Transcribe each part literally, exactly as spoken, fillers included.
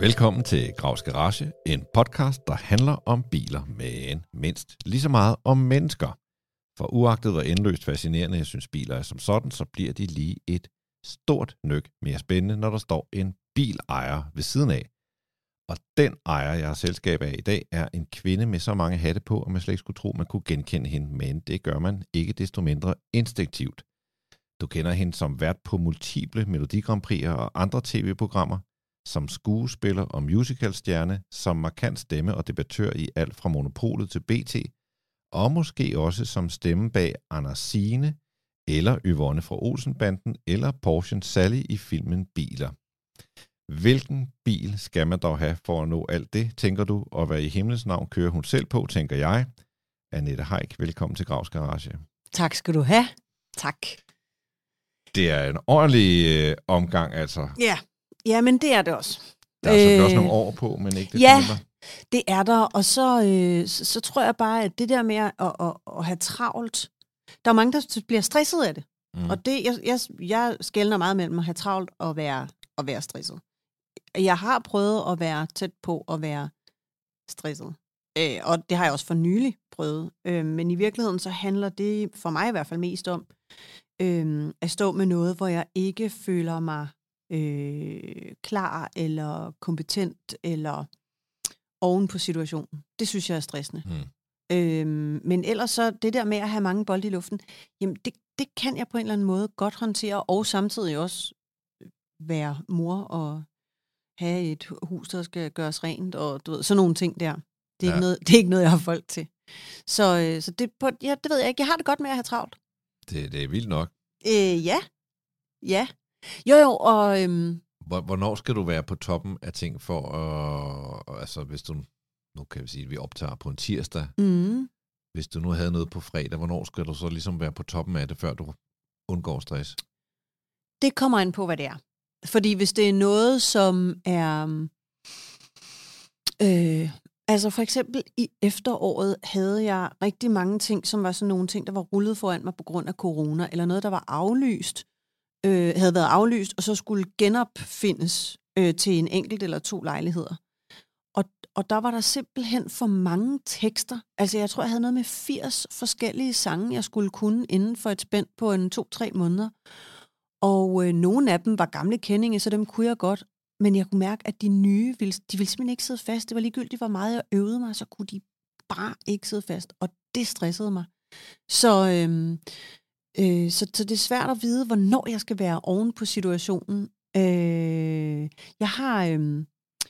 Velkommen til Gravs Garage, en podcast, der handler om biler, men mindst lige så meget om mennesker. For uagtet hvor endeløst fascinerende jeg synes biler er som sådan, så bliver de lige et stort nøk mere spændende, når der står en bilejer ved siden af. Og den ejer, jeg har selskab af i dag, er en kvinde med så mange hatte på, at man slet ikke skulle tro, man kunne genkende hende, men det gør man ikke desto mindre instinktivt. Du kender hende som vært på multiple Melodi Grand Prix'er og andre tv-programmer, som skuespiller og musicalstjerne, som markant stemme og debattør i alt fra Monopolet til B T, og måske også som stemme bag Anders Signe, eller Yvonne fra Olsenbanden, eller Porschen Sally i filmen Biler. Hvilken bil skal man dog have for at nå alt det, tænker du, og hvad i himlens navn kører hun selv på, tænker jeg. Annette Heick, velkommen til Gravs Garage. Tak skal du have. Tak. Det er en ordentlig øh, omgang, altså. Ja. Ja, men det er det også. Der er selvfølgelig øh, også nogle år på, men ikke det ja, mindre. Det er der, og så, øh, så, så tror jeg bare, at det der med at, at, at, at have travlt, der er mange, der bliver stresset af det. Mm. Og det, jeg, jeg, jeg skelner meget mellem at have travlt og være, og være stresset. Jeg har prøvet at være tæt på at være stresset. Øh, og det har jeg også for nylig prøvet. Øh, men i virkeligheden så handler det for mig i hvert fald mest om øh, at stå med noget, hvor jeg ikke føler mig Øh, klar eller kompetent eller oven på situationen. Det synes jeg er stressende. Mm. Øhm, men ellers så det der med at have mange bolde i luften, jamen det, det kan jeg på en eller anden måde godt håndtere, og samtidig også være mor og have et hus, der skal gøres rent, og du ved, sådan nogle ting der. Det er, ja. ikke, noget, det er ikke noget, jeg har folk til. Så, øh, så det, på, ja, det ved jeg ikke. Jeg har det godt med at have travlt. Det, det er vildt nok. Øh, ja. Ja. Jo, jo, og... Øhm, Hvornår skal du være på toppen af ting for at... Altså, hvis du... Nu kan vi sige, at vi optager på en tirsdag. Mm. Hvis du nu havde noget på fredag, hvornår skal du så ligesom være på toppen af det, før du undgår stress? Det kommer an på, hvad det er. Fordi hvis det er noget, som er... Øh, altså for eksempel i efteråret havde jeg rigtig mange ting, som var sådan nogle ting, der var rullet foran mig på grund af corona, eller noget, der var aflyst. Øh, havde været aflyst, og så skulle genopfindes øh, til en enkelt eller to lejligheder. Og, og der var der simpelthen for mange tekster. Altså jeg tror, jeg havde noget med firs forskellige sange, jeg skulle kunne inden for et spænd på en to-tre måneder. Og øh, nogle af dem var gamle kendinge, så dem kunne jeg godt. Men jeg kunne mærke, at de nye, ville, de ville simpelthen ikke sidde fast. Det var ligegyldigt, hvor meget jeg øvede mig, så kunne de bare ikke sidde fast. Og det stressede mig. Så... Øh, Øh, så, så det er svært at vide, hvornår jeg skal være oven på situationen. Øh, jeg har... Øh,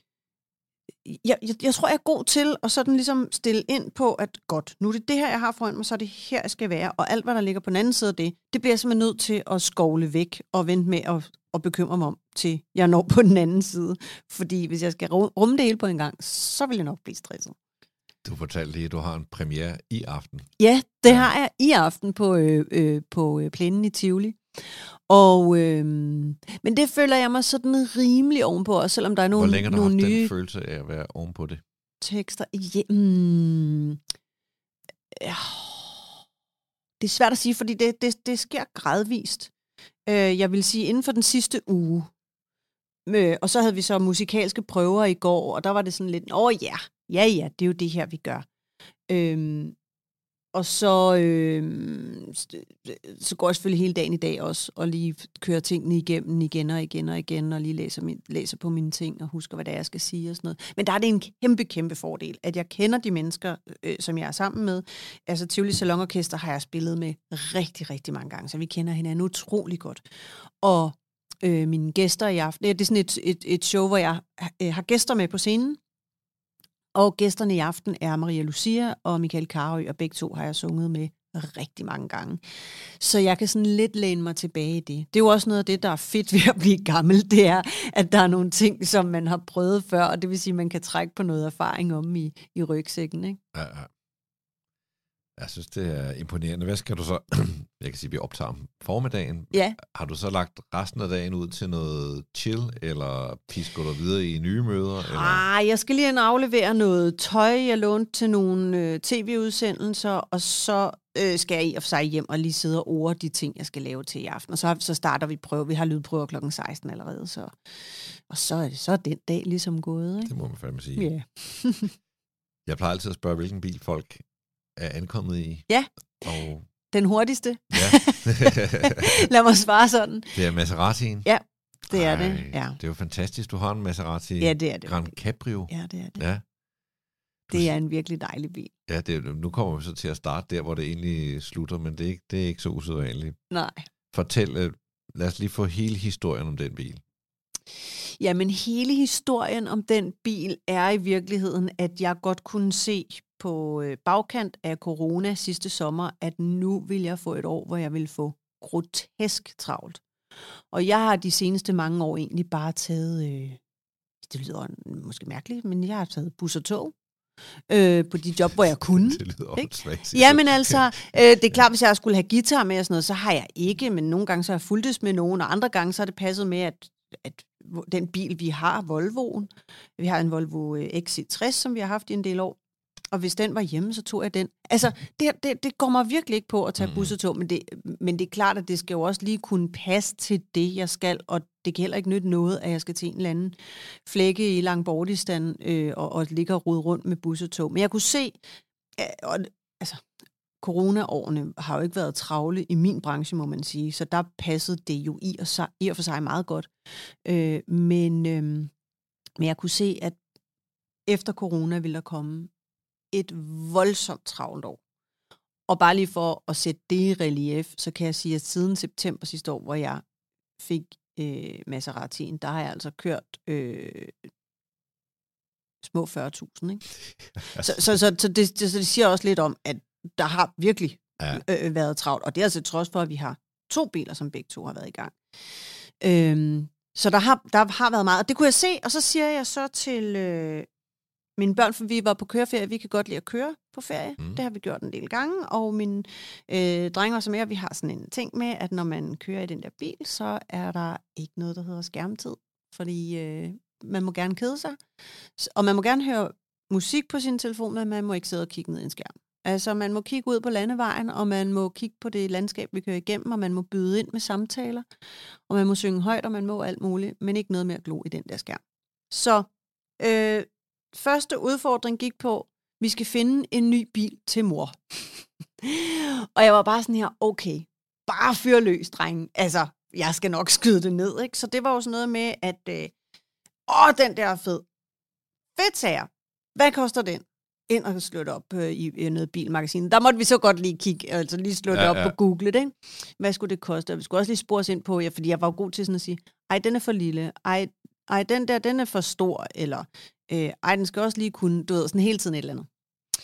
jeg, jeg, jeg tror, jeg er god til at sådan ligesom stille ind på, at godt, nu er det det her, jeg har foran mig, så er det her, jeg skal være. Og alt, hvad der ligger på den anden side af det, det bliver jeg simpelthen nødt til at skovle væk og vente med at, at bekymre mig om, til jeg når på den anden side. Fordi hvis jeg skal rumme det hele på en gang, så vil jeg nok blive stresset. Du fortalte lige, at du har en premiere i aften. Ja, det ja. har jeg i aften på, øh, øh, på øh, plænen i Tivoli. Og, øh, men det føler jeg mig sådan rimelig ovenpå, også selvom der er nogle, Hvor længe nogle har du haft nye den følelse af at være ovenpå det? Tekster. Ja, mm, ja. Det er svært at sige, fordi det, det, det sker gradvist. Øh, jeg vil sige inden for den sidste uge. Øh, og så havde vi så musikalske prøver i går, og der var det sådan lidt, åh ja, ja ja, det er jo det her, vi gør. Øhm, og så, øhm, så går jeg selvfølgelig hele dagen i dag også, og lige kører tingene igennem igen og igen og igen, og lige læser, min, læser på mine ting, og husker, hvad det er, jeg skal sige og sådan noget. Men der er det en kæmpe, kæmpe fordel, at jeg kender de mennesker, øh, som jeg er sammen med. Altså Tivoli Salonorkester har jeg spillet med rigtig, rigtig mange gange, så vi kender hinanden utrolig godt. Og øh, mine gæster i aften, det er sådan et, et, et show, hvor jeg øh, har gæster med på scenen, og gæsterne i aften er Maria Lucia og Michael Carøe, og begge to har jeg sunget med rigtig mange gange. Så jeg kan sådan lidt læne mig tilbage i det. Det er jo også noget af det, der er fedt ved at blive gammel, det er, at der er nogle ting, som man har prøvet før, og det vil sige, at man kan trække på noget erfaring om i, i rygsækken, ikke? Ja, ja. Jeg synes, det er imponerende. Hvad skal du så... Jeg kan sige, at vi optager om formiddagen. Ja. Har du så lagt resten af dagen ud til noget chill, eller pisker du videre i nye møder? Eller? Ah, jeg skal lige aflevere noget tøj, jeg lånte til nogle øh, tv-udsendelser, og så øh, skal jeg i og for sig hjem og lige sidde og ord de ting, jeg skal lave til i aften. Og så, så starter vi prøve. Vi har lydprøver klokken seksten allerede, så, og så er, det, så er den dag ligesom gået. Ikke? Det må man fandme sige. Ja. Jeg plejer altid at spørge, hvilken bil folk er ankommet i. Ja, og... den hurtigste. Ja. Lad mig svare sådan. Det er Maseratien. Ja, det er Ej, det. Ja. Det er jo fantastisk, du har en Maserati Ja, det er det. Grand Cabrio. Ja, det er det. Ja. Det er en virkelig dejlig bil. Ja, det er, nu kommer vi så til at starte der, hvor det egentlig slutter, men det er ikke, det er ikke så usædvanligt. Nej. Fortæl, lad os lige få hele historien om den bil. Jamen, hele historien om den bil er i virkeligheden, at jeg godt kunne se på bagkant af corona sidste sommer, at nu vil jeg få et år, hvor jeg vil få grotesk travlt. Og jeg har de seneste mange år egentlig bare taget, øh, det lyder måske mærkeligt, men jeg har taget bus og tog øh, på de job, hvor jeg kunne. Det lyder åndssvagt. Jamen altså, øh, det er klart, hvis jeg skulle have guitar med og sådan noget, så har jeg ikke, men nogle gange så har jeg fuldtes med nogen, og andre gange så har det passet med, at, at den bil, vi har, Volvoen, vi har en Volvo X C tres, som vi har haft i en del år, og hvis den var hjemme, så tog jeg den. Altså, det, det, det går mig virkelig ikke på at tage bus og tog, men det, men det er klart, at det skal jo også lige kunne passe til det, jeg skal, og det kan heller ikke nytte noget, at jeg skal til en eller anden flække i Langbordistan øh, og, og ligge og rode rundt med bus og tog. Men jeg kunne se, øh, og, altså, coronaårene har jo ikke været travle i min branche, må man sige, så der passede det jo i og, sig, i og for sig meget godt. Øh, men, øh, men jeg kunne se, at efter corona ville der komme et voldsomt travlt år. Og bare lige for at sætte det i relief, så kan jeg sige, at siden september sidste år, hvor jeg fik øh, Maseratien, der har jeg altså kørt øh, små fyrre tusind. Ikke? Så, så, så, så, det, så det siger også lidt om, at der har virkelig ja. øh, været travlt. Og det er altså trods for, at vi har to biler, som begge to har været i gang. Øhm, så der har, der har været meget. Og det kunne jeg se, og så siger jeg så til øh, mine børn, for vi var på køreferie, vi kan godt lide at køre på ferie. Mm. Det har vi gjort en del gange. Og mine øh, drenge som jeg, vi har sådan en ting med, at når man kører i den der bil, så er der ikke noget, der hedder skærmtid. Fordi øh, man må gerne kede sig. Og man må gerne høre musik på sin telefon, men man må ikke sidde og kigge ned i en skærm. Altså, man må kigge ud på landevejen, og man må kigge på det landskab, vi kører igennem, og man må byde ind med samtaler, og man må synge højt, og man må alt muligt, men ikke noget med at glo i den der skærm. Så øh, første udfordring gik på, vi skal finde en ny bil til mor. Og jeg var bare sådan her, okay, bare fyr løs, drenge. Altså, jeg skal nok skyde det ned, ikke? Så det var jo sådan noget med, at øh, åh, den der er fed. Fedt, sagde jeg. Hvad koster den? Ind og slå det op øh, i, i noget bilmagasin. Der måtte vi så godt lige kigge, altså lige slå det ja, op ja. på Google, ikke? Hvad skulle det koste? Og vi skulle også lige spore os ind på, ja, fordi jeg var god til sådan at sige, ej, den er for lille, ej, ej den der, den er for stor, eller øh, ej, den skal også lige kunne, du ved, sådan hele tiden et eller andet.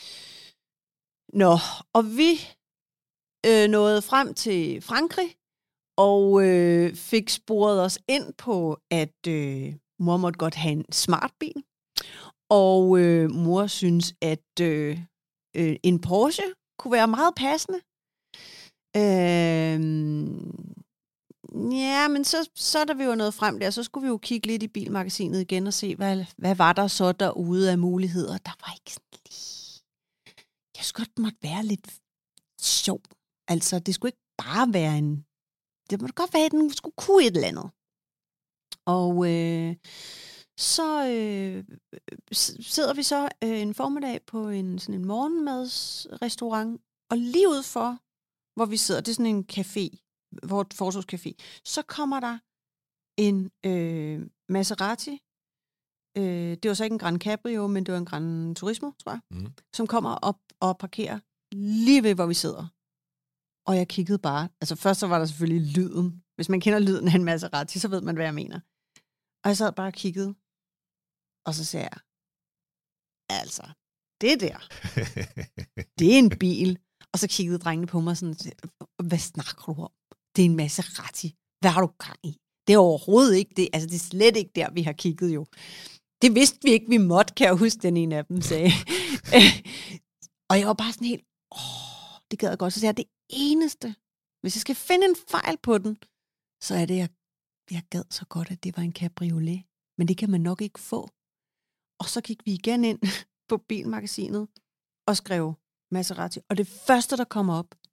Nå, og vi øh, nåede frem til Frankrig, og øh, fik sporet os ind på, at øh, mor måtte godt have en smart bil. Og øh, mor synes, at øh, øh, en Porsche kunne være meget passende. Øh, ja, men så, så da vi var nået frem der, så skulle vi jo kigge lidt i bilmagasinet igen og se, hvad, hvad var der så derude af muligheder. Der var ikke sådan lige... Jeg skulle godt måtte være lidt sjov. Altså, det skulle ikke bare være en... Det måtte godt være, at den skulle kunne et eller andet. Og... Øh, Så øh, sidder vi så øh, en formiddag på en sådan en morgenmadsrestaurant, og lige ud for, hvor vi sidder, det er sådan en café, vores forsorgscafé, så kommer der en øh, Maserati, øh, det var så ikke en Grand Cabrio, men det var en Grand Turismo, tror jeg, mm. som kommer op og parkerer lige ved, hvor vi sidder. Og jeg kiggede bare, altså først så var der selvfølgelig lyden. Hvis man kender lyden af en Maserati, så ved man, hvad jeg mener. Og jeg sad bare og kiggede, og så sagde jeg, altså, det der, det er en bil. Og så kiggede drengene på mig sådan, hvad snakker du om? Det er en Maserati. Hvad har du gang i? Det er overhovedet ikke det. Altså, det er slet ikke der, vi har kigget jo. Det vidste vi ikke, vi måtte, kan jeg huske, den ene af dem sagde. Og jeg var bare sådan helt, åh, det gad jeg godt. Så sagde jeg, det eneste, hvis jeg skal finde en fejl på den, så er det, jeg Jeg gad så godt, at det var en cabriolet, men det kan man nok ikke få. Og så gik vi igen ind på bilmagasinet og skrev Maserati. Og det første, der kommer op,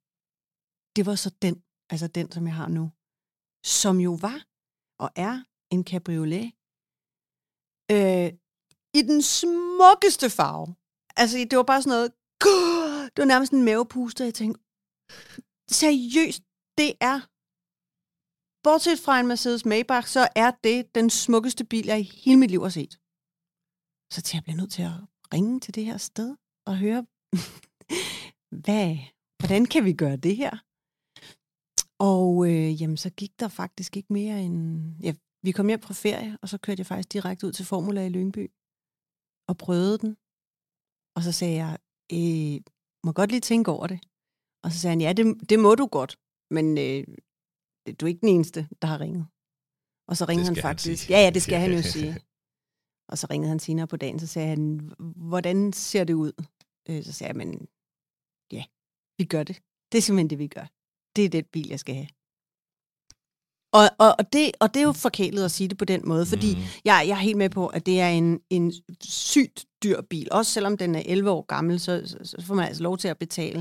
det var så den, altså den, som jeg har nu, som jo var og er en cabriolet øh, i den smukkeste farve. Altså, det var bare sådan noget, det var nærmest en mavepuster, jeg tænkte, seriøst, det er, bortset fra en Mercedes Maybach, så er det den smukkeste bil, jeg i hele mit liv har set. Så til jeg bliver nødt til at ringe til det her sted og høre, hvad, hvordan kan vi gøre det her? Og øh, jamen, så gik der faktisk ikke mere end... Ja, vi kom hjem fra ferie, og så kørte jeg faktisk direkte ud til Formula i Lyngby og prøvede den. Og så sagde jeg, øh, må godt lige tænke over det. Og så sagde han, ja, det, det må du godt, men øh, du er ikke den eneste, der har ringet. Og så ringede han faktisk... Han ja, ja, det skal han jo sige. Og så ringede han senere på dagen, så sagde han, hvordan ser det ud? Øh, så sagde jeg, men ja, vi gør det. Det er simpelthen det, vi gør. Det er den bil, jeg skal have. Og, og, og, det, og det er jo forkælet at sige det på den måde, fordi mm. jeg, jeg er helt med på, at det er en, en sygt dyr bil. Også selvom den er elleve år gammel, så, så, så får man altså lov til at betale.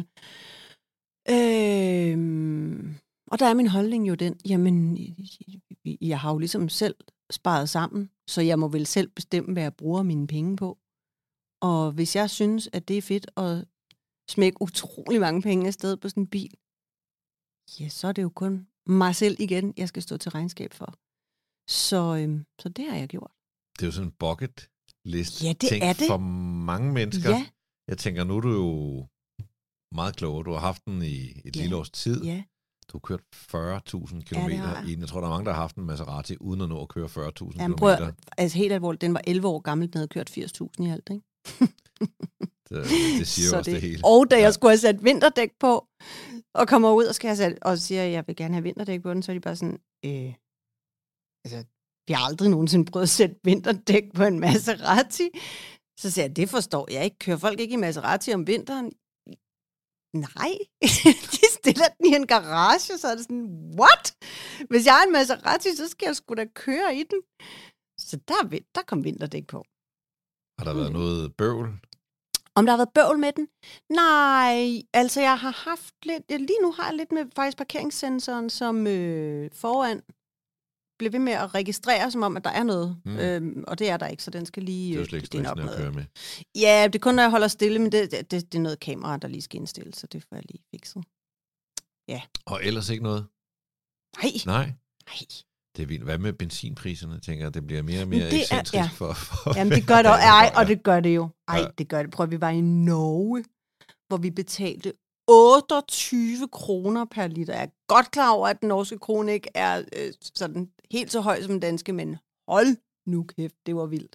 Øhm, og der er min holdning jo den, jamen, jeg har jo ligesom selv sparet sammen, så jeg må vel selv bestemme, hvad jeg bruger mine penge på. Og hvis jeg synes, at det er fedt at smække utrolig mange penge afsted på sådan en bil, ja, så er det jo kun mig selv igen, jeg skal stå til regnskab for. Så, øhm, så det har jeg gjort. Det er jo sådan en bucket list ja, det ting er det. For mange mennesker. Ja. Jeg tænker, nu er du jo meget klogere. Du har haft den i et ja. lille års tid. Ja. Du har kørt fyrre tusind kilometer ja, i den. Jeg tror, der er mange, der har haft en Maserati, uden at nå at køre fyrre tusind Jamen, kilometer. Prøv, altså helt alvorligt, den var elleve år gammel, den havde kørt firs tusind i alt, ikke? det, det siger jo også det, det hele. Og da jeg ja. skulle have sat vinterdæk på, og kommer ud og skal have sat, og siger, at jeg vil gerne have vinterdæk på den, så er de bare sådan, øh, altså, vi har aldrig nogensinde prøvet at sætte vinterdæk på en Maserati. Så siger jeg, det forstår jeg ikke. Kører folk ikke i Maserati om vinteren? Nej, de stiller den i en garage, så er det sådan, what? Hvis jeg har en Maserati, så skal jeg sgu da køre i den. Så der, der kom vinterdæk på. Har der været noget bøvl? Om der har været bøvl med den? Nej, altså jeg har haft lidt, lige nu har jeg lidt med faktisk parkeringssensoren, som øh, foran bliver ved med at registrere, som om, at der er noget. Mm. Øhm, og det er der ikke, så den skal lige... Det er jo slet ikke stressende at køre med. Ja, det er kun, når jeg holder stille, men det, det, det, det er noget kamera, der lige skal indstille, så det får jeg lige fikset. Ja. Og ellers ikke noget? Nej. Nej? Nej. Det er vildt. Hvad med benzinpriserne? Jeg tænker, det bliver mere og mere excentrisk ja. for, for... Jamen, det gør det, ej, og det gør det jo. Ej, ja. det gør det. Prøv, vi var i Norge, hvor vi betalte otteogtyve kroner per liter. Jeg er godt klar over, at den norske krone ikke er øh, sådan helt så høj som den danske, men hold nu kæft, det var vildt.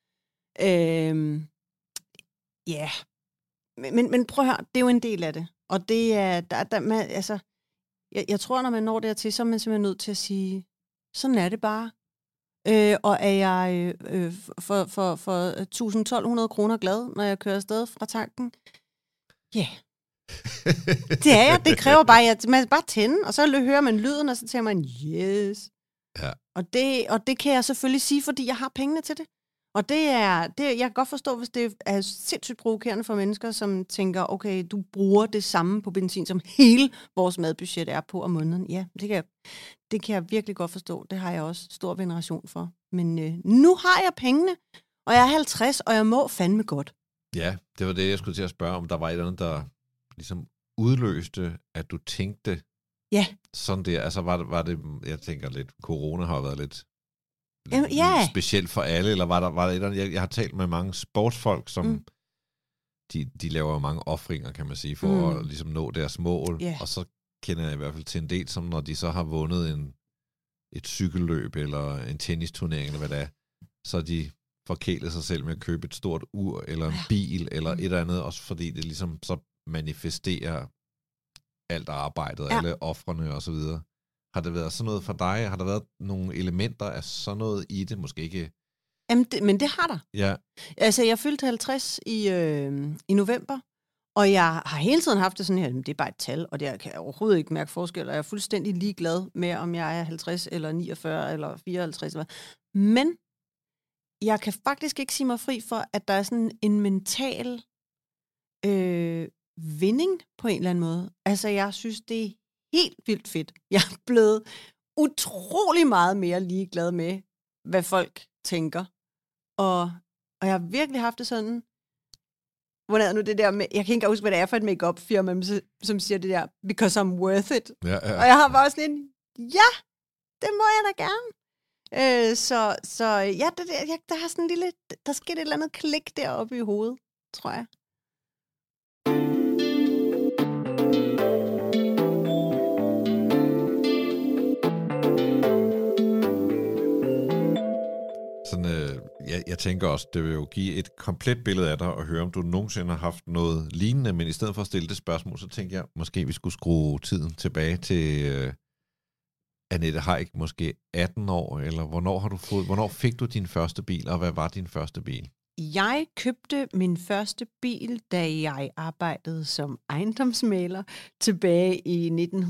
Øhm, ja, yeah. men, men prøv at høre, det er jo en del af det. Og det er, der, der, man, altså, jeg, jeg tror, når man når dertil, så er man simpelthen nødt til at sige, sådan er det bare. Øh, og er jeg øh, for, for, for tusind til tolv hundrede kroner glad, når jeg kører afsted fra tanken? Ja. Yeah. Det er jeg. Det kræver bare, at man bare tænde, og så hører man lyden, og så tænker man, yes. Ja. Og, det, og det kan jeg selvfølgelig sige, fordi jeg har pengene til det. Og det er, det, jeg kan godt forstå, hvis det er sindssygt provokerende for mennesker, som tænker, okay, du bruger det samme på benzin, som hele vores madbudget er på om måneden. Ja, det kan, jeg, det kan jeg virkelig godt forstå. Det har jeg også stor veneration for. Men øh, nu har jeg pengene, og jeg er halvtreds, og jeg må fandme godt. Ja, det var det, jeg skulle til at spørge, om der var et eller andet, der ligesom udløste, at du tænkte ja. sådan der. Altså var det, var det, jeg tænker lidt, corona har været lidt, Jamen, ja. specielt for alle, eller var der, var der et eller andet, jeg, jeg har talt med mange sportsfolk, som mm. de, de laver mange ofringer, kan man sige, for mm. at ligesom nå deres mål, yeah. og så kender jeg i hvert fald til en del, som når de så har vundet en, et cykelløb, eller en tennisturnering, eller hvad det er, så er de forkælet sig selv med at købe et stort ur, eller en bil, eller et eller andet, også fordi det ligesom så manifesterer alt arbejdet, ja. alle ofrene og så videre. Har det været sådan noget for dig? Har der været nogle elementer af sådan noget i det? Måske ikke? Jamen, det, men det har der. Ja. Altså, jeg fyldte halvtreds i, øh, i november, og jeg har hele tiden haft det sådan her, det er bare et tal, og det kan jeg overhovedet ikke mærke forskel, og jeg er fuldstændig ligeglad med, om jeg er halvtreds, eller niogfyrre, eller fireoghalvtreds. Eller men jeg kan faktisk ikke sige mig fri for, at der er sådan en mental øh, vinding på en eller anden måde. Altså, jeg synes, det er helt vildt fedt. Jeg er blevet utrolig meget mere ligeglad med, hvad folk tænker. Og, og jeg har virkelig haft det sådan, hvordan er nu det der med, jeg kan ikke engang huske, hvad det er for et make-up firma, som siger det der, because I'm worth it. Ja, ja. Og jeg har bare sådan en, ja, det må jeg da gerne. Øh, så, så ja, det, jeg, der har sådan en lille, der sker et eller andet klik deroppe i hovedet, tror jeg. Sådan, øh, jeg, jeg tænker også, det vil jo give et komplet billede af dig, og høre, om du nogensinde har haft noget lignende, men i stedet for at stille det spørgsmål, så tænker jeg, måske vi skulle skrue tiden tilbage til øh, Annette Heick, måske atten år, eller hvornår har du fået, hvornår fik du din første bil, og hvad var din første bil? Jeg købte min første bil, da jeg arbejdede som ejendomsmægler tilbage i nitten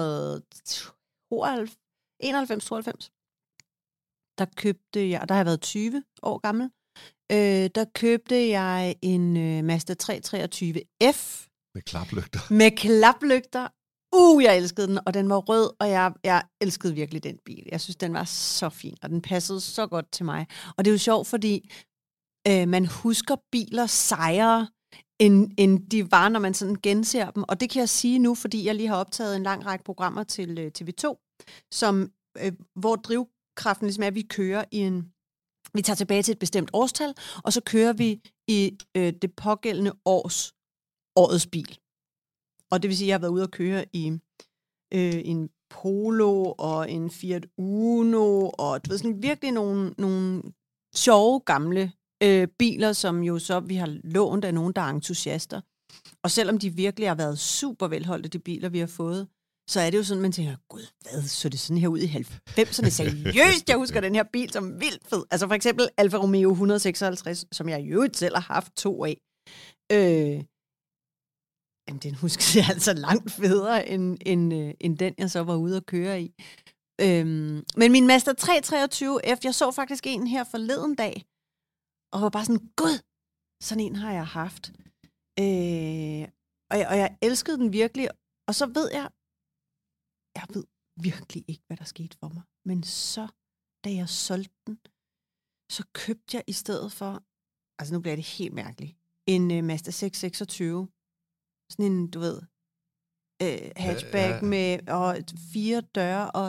enoghalvfems tooghalvfems. Der købte jeg, og der har jeg været tyve år gammel, øh, der købte jeg en øh, Mazda tre treogtyve F. Med klaplygter. Med klaplygter. Uh, jeg elskede den, og den var rød, og jeg, jeg elskede virkelig den bil. Jeg synes, den var så fin, og den passede så godt til mig. Og det er jo sjovt, fordi øh, man husker biler sejere, end, end de var, når man sådan genser dem. Og det kan jeg sige nu, fordi jeg lige har optaget en lang række programmer til øh, T V to, som, øh, hvor driv kraften ligesom er, at vi kører i en... Vi tager tilbage til et bestemt årstal, og så kører vi i øh, det pågældende års årets bil. Og det vil sige, at jeg har været ude og køre i øh, en Polo og en Fiat Uno, og du ved, sådan virkelig nogle, nogle sjove gamle øh, biler, som jo så vi har lånt af nogen, der er entusiaster. Og selvom de virkelig har været super velholdte, de biler, vi har fået, så er det jo sådan, man tænker, gud, hvad, så det sådan her ud i halvfemserne? Seriøst, jeg husker den her bil som vildt fed. Altså for eksempel Alfa Romeo et hundrede seksoghalvtreds, som jeg jo selv har haft to af. Øh, jamen, den husker jeg altså langt federe, end, end, øh, end den, jeg så var ude at køre i. Øh, men min Mazda tre treogtyve F, jeg så faktisk en her forleden dag, og var bare sådan, gud, sådan en har jeg haft. Øh, og, jeg, og jeg elskede den virkelig, og så ved jeg, jeg ved virkelig ikke, hvad der skete for mig. Men så, da jeg solgte den, så købte jeg i stedet for, altså nu bliver det helt mærkeligt, en uh, Mazda seks seksogtyve. Sådan en, du ved, uh, hatchback ja, ja. med og fire døre, og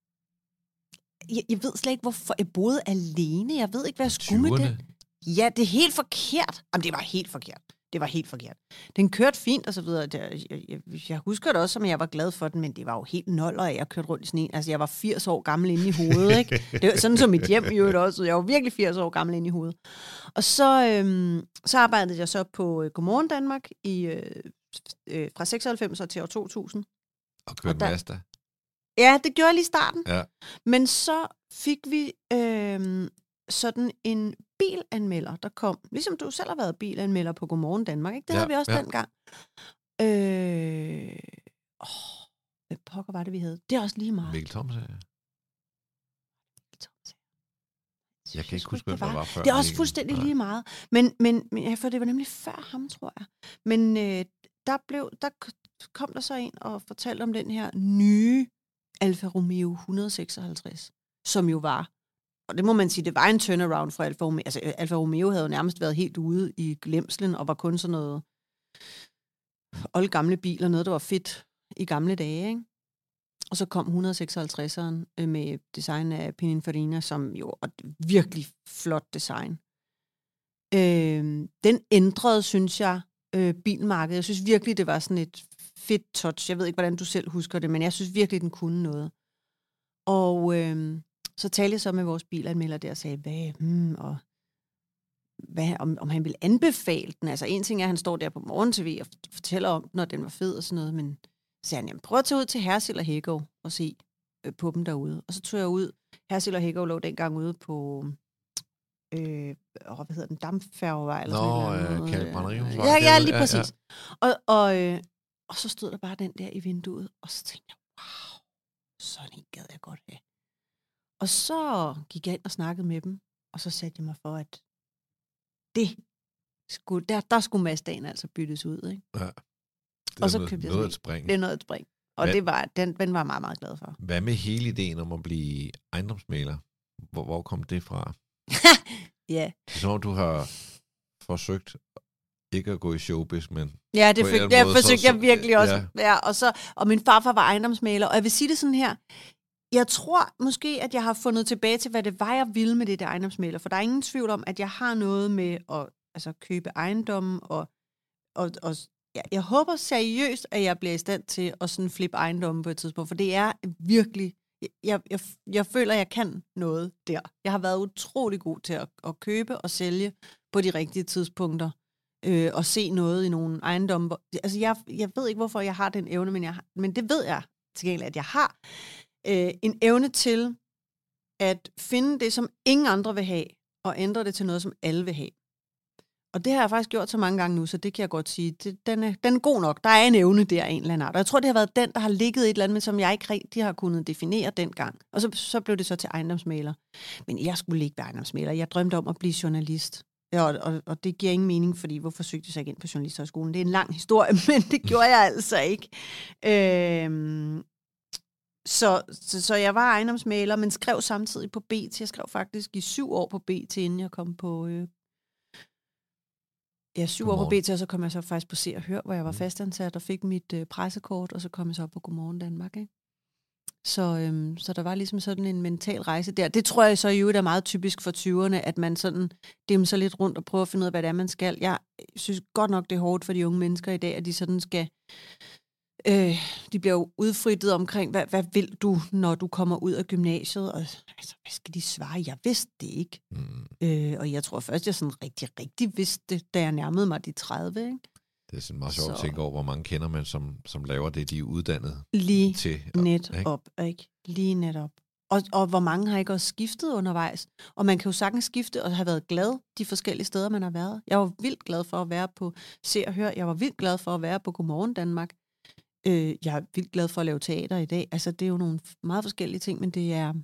jeg, jeg ved slet ikke, hvorfor jeg boede alene. Jeg ved ikke, hvad jeg skulle med det. Ja, det er helt forkert. Jamen, det var helt forkert. Det var helt forkert. Den kørte fint, og så videre. Jeg, jeg, jeg husker det også, som jeg var glad for den, men det var jo helt noller, at jeg kørte rundt i sådan en. Altså, jeg var firs år gammel inde i hovedet, ikke? Det var sådan som mit hjem i øvrigt også. Jeg var virkelig firs år gammel inde i hovedet. Og så, øhm, så arbejdede jeg så på øh, Godmorgen Danmark i, øh, øh, fra seksoghalvfems til år to tusind. Og kørte Mazda? Ja, det gjorde jeg lige i starten. Ja. Men så fik vi øh, sådan en bilanmelder, der kom. Ligesom du selv har været bilanmelder på Godmorgen Danmark, ikke? Det ja, havde vi også ja. dengang. Øh, åh, hvad pokker var det, vi havde? Det er også lige meget. Mikkel Thomsen. Jeg kan ikke huske, hvad det var. var før. Det er også fuldstændig Nej. lige meget. Men, men, men ja, for det var nemlig før ham, tror jeg. Men øh, der, blev, der kom der så en og fortalte om den her nye Alfa Romeo et hundrede seksoghalvtreds, som jo var, og det må man sige, det var en turnaround for Alfa Romeo. Altså, Alfa Romeo havde jo nærmest været helt ude i glemslen, og var kun sådan noget oldgamle biler, noget, der var fedt i gamle dage, ikke? Og så kom et hundrede seksoghalvtredseren med design af Pininfarina, som jo er et virkelig flot design. Øh, den ændrede, synes jeg, øh, bilmarkedet. Jeg synes virkelig, det var sådan et fedt touch. Jeg ved ikke, hvordan du selv husker det, men jeg synes virkelig, den kunne noget. Og øh, så talte jeg så med vores bilanmelder der og sagde, hvad, hmm, og hvad, om, om han ville anbefale den. Altså en ting er, at han står der på morgen-tv og fortæller om, når den var fed og sådan noget, men så sagde han, jamen prøv at tage ud til Hersild og Hækkerup og se øh, på dem derude. Og så tog jeg ud. Hersild og Hækkerup lå dengang ude på, øh, hvad hedder den, Dampfærgevej eller Nå, sådan noget. Nå, Kalbrænderium. Ja, ja, lige præcis. Ja, ja. Og, og, øh, og så stod der bare den der i vinduet, og så tænkte jeg, wow, sådan en gad jeg godt have. Og så gik jeg ind og snakkede med dem, og så satte jeg mig for, at det skulle, der, der skulle Mazdaen altså byttes ud, ikke? Ja. Og så noget, købte jeg noget et spring. Det er noget et spring. Og Hvad? det var, den, den var jeg meget, meget glad for. Hvad med hele ideen om at blive ejendomsmægler? Hvor, hvor kom det fra? Ja. Det er som om, du har forsøgt ikke at gå i showbiz, men... Ja, det på en fik, eller anden jeg måde, forsøgte så- jeg virkelig også. ja. Ja. Ja, og, så, og min farfar var ejendomsmægler, og jeg vil sige det sådan her. Jeg tror måske, at jeg har fundet tilbage til, hvad det var, jeg ville med det der ejendomsmægler. For der er ingen tvivl om, at jeg har noget med at altså, købe ejendommen. Og, og, og ja, jeg håber seriøst, at jeg bliver i stand til at sådan flippe ejendommen på et tidspunkt. For det er virkelig... Jeg, jeg, jeg føler, at jeg kan noget der. Jeg har været utrolig god til at, at købe og sælge på de rigtige tidspunkter. Øh, og se noget i nogle ejendomme. Hvor, altså, jeg, jeg ved ikke, hvorfor jeg har den evne, men, jeg, men det ved jeg til gengæld, at jeg har. Øh, en evne til at finde det, som ingen andre vil have, og ændre det til noget, som alle vil have. Og det har jeg faktisk gjort så mange gange nu, så det kan jeg godt sige. Det, den, er, den er god nok. Der er en evne der, en eller anden art. Og jeg tror, det har været den, der har ligget et eller andet, men som jeg ikke rigtig har kunnet definere dengang. Og så, så blev det så til ejendomsmægler. Men jeg skulle ikke være ejendomsmægler. Jeg drømte om at blive journalist. Ja, og, og, og det giver ingen mening, fordi hvorfor søgte jeg så ikke ind på journalisthøjskolen? Det er en lang historie, men det gjorde jeg altså ikke. Øhm, så, så, så jeg var ejendomsmægler, men skrev samtidig på B T. Jeg skrev faktisk i syv år på B T, inden jeg kom på... Øh, ja, syv år på B T, og så kom jeg så faktisk på Se og Hør, hvor jeg var fastansat og fik mit øh, pressekort, og så kom jeg så op på Godmorgen Danmark, ikke? Så, øhm, så der var ligesom sådan en mental rejse der. Det tror jeg så i øvrigt er meget typisk for tyverne, at man sådan demmer sig lidt rundt og prøver at finde ud af, hvad det er, man skal. Jeg synes godt nok, det er hårdt for de unge mennesker i dag, at de sådan skal... Øh, de bliver jo udfrittet omkring, hvad, hvad vil du, når du kommer ud af gymnasiet? Og altså, hvad skal de svare? Jeg vidste det ikke. Mm. Øh, og jeg tror først, jeg sådan rigtig, rigtig vidste det, da jeg nærmede mig de tredive, ikke? Det er sådan meget sjovt Så- at tænke over, hvor mange kender man, som, som laver det, de er uddannet Lige til. net ikke? op, ikke? Lige net op. Og, og hvor mange har ikke også skiftet undervejs? Og man kan jo sagtens skifte og have været glad de forskellige steder, man har været. Jeg var vildt glad for at være på Se og Hør. Jeg var vildt glad for at være på Godmorgen Danmark. Øh, jeg er vildt glad for at lave teater i dag. Altså, det er jo nogle meget forskellige ting, men det er...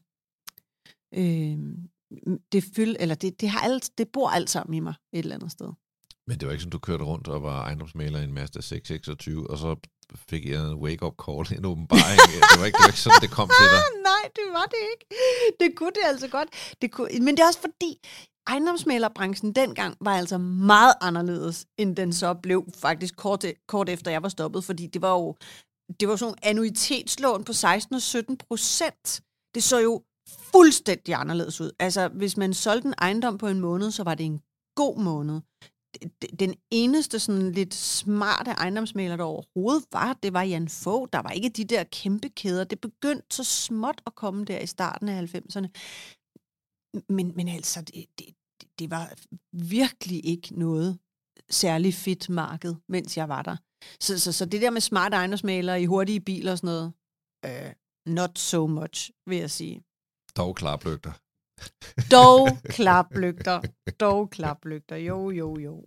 Øh, det, fyld, eller det, det, har alt, det bor alt sammen i mig et eller andet sted. Men det var ikke sådan, du kørte rundt og var ejendomsmægler i en Mazda seks seksogtyve, og så fik jeg en wake-up call, en åbenbaring. det, var ikke, det var ikke sådan, det kom til dig. Nej, det var det ikke. Det kunne det altså godt. Det kunne, men det er også fordi, ejendomsmæglerbranchen dengang var altså meget anderledes, end den så blev faktisk kort, kort efter, jeg var stoppet. Fordi det var jo det var sådan nogle annuitetslån på seksten og sytten procent. Det så jo fuldstændig anderledes ud. Altså, hvis man solgte en ejendom på en måned, så var det en god måned. Den eneste sådan lidt smarte ejendomsmægler, der overhovedet var, det var Jan Fogh. Der var ikke de der kæmpe kæder. Det begyndte så småt at komme der i starten af halvfemserne. Men, men altså, det, det, det var virkelig ikke noget særlig fedt marked, mens jeg var der. Så, så, så det der med smarte ejendomsmæglere i hurtige biler og sådan noget, uh, not so much, vil jeg sige. Dog klarblygter. Dog klaplygter. Dog klaplygter. Jo, jo, jo.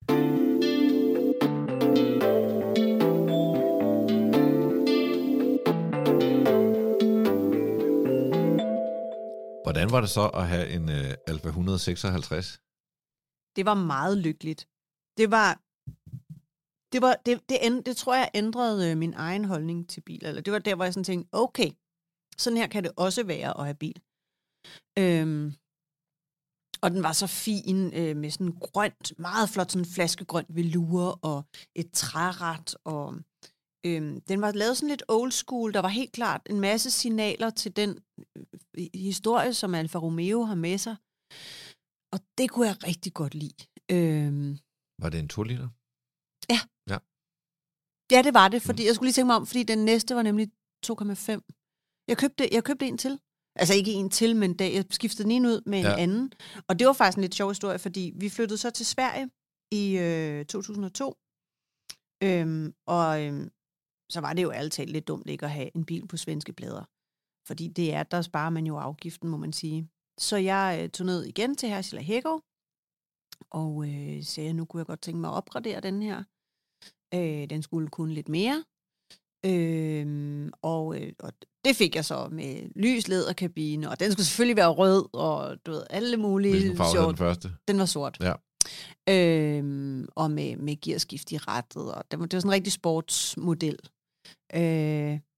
Hvordan var det så at have en uh, Alfa et hundrede seksoghalvtreds? Det var meget lykkeligt. Det var... Det, var, det, det, end, det tror jeg ændrede øh, min egen holdning til bil. Eller det var der, hvor jeg sådan tænkte, okay, sådan her kan det også være at have bil. Øhm, og den var så fin øh, med sådan grønt, meget flot sådan flaskegrønt velour og et træret. Og øhm, den var lavet sådan lidt old school. Der var helt klart en masse signaler til den øh, historie, som Alfa Romeo har med sig. Og det kunne jeg rigtig godt lide. Øhm, Var det en to liter? Ja. Ja. Ja, det var det, fordi jeg skulle lige tænke mig om, fordi den næste var nemlig to komma fem. Jeg købte, jeg købte en til. Altså ikke en til, men da jeg skiftede den ene ud med en Ja. anden. Og det var faktisk en lidt sjov historie, fordi vi flyttede så til Sverige i øh, to tusind og to. Øhm, og øhm, så var det jo ærligt talt lidt dumt ikke at have en bil på svenske plader. Fordi det er, der sparer man jo afgiften, må man sige. Så jeg øh, tog ned igen til Herschel og Hækkerup, og øh, sagde, nu kunne jeg godt tænke mig at opgradere den her. Øh, den skulle kunne lidt mere. Øh, og, øh, og det fik jeg så med lys læderkabine, og den skulle selvfølgelig være rød, og du ved, alle mulige... Hvilken farve havde den første? Den var sort. Ja. Øh, og med, med gearskift i rettet, og det var, det var sådan en rigtig sportsmodel. Øh,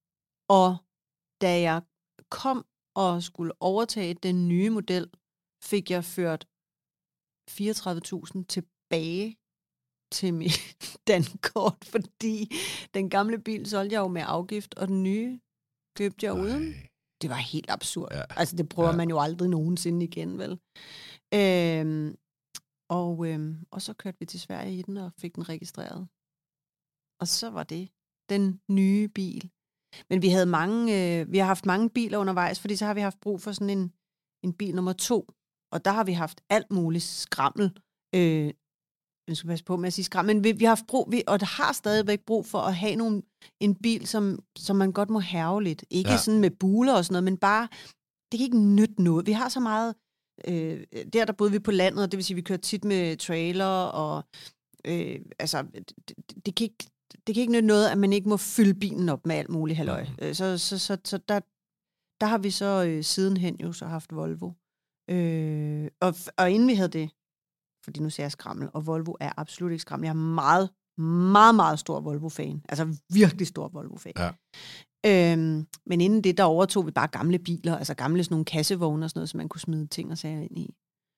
Og da jeg kom og skulle overtage den nye model, fik jeg ført fireogtredive tusind tilbage til mit dankort, fordi den gamle bil solgte jeg jo med afgift, og den nye købte jeg uden. Det var helt absurd. Ja. Altså, det prøver ja. man jo aldrig nogensinde igen, vel? Øhm, og, øhm, og så kørte vi til Sverige i den, og fik den registreret. Og så var det den nye bil. Men vi havde mange, øh, vi har haft mange biler undervejs, fordi så har vi haft brug for sådan en, en bil nummer to. Og der har vi haft alt muligt skrammel. Øh, jeg skal passe på med at sige skrammel, men vi, vi har haft brug, vi, og der har stadigvæk brug for at have nogle, en bil, som, som man godt må hærge lidt. Ikke ja. sådan med buler og sådan noget, men bare, det kan ikke nytte noget. Vi har så meget, øh, der der boede vi på landet, og det vil sige, vi kørte tit med trailer, og øh, altså, det, det, kan ikke, det kan ikke nytte noget, at man ikke må fylde bilen op med alt muligt halløj. Mm. Så, så, så, så der, der har vi så øh, sidenhen jo så haft Volvo. Øh, og, og inden vi havde det, fordi nu ser jeg skrammel, og Volvo er absolut ikke skrammel. Jeg er meget, meget, meget stor Volvo-fan. Altså virkelig stor Volvo-fan. Ja. Øhm, men inden det, der overtog vi bare gamle biler, altså gamle sådan nogle kassevogne og sådan noget, som man kunne smide ting og sager ind i.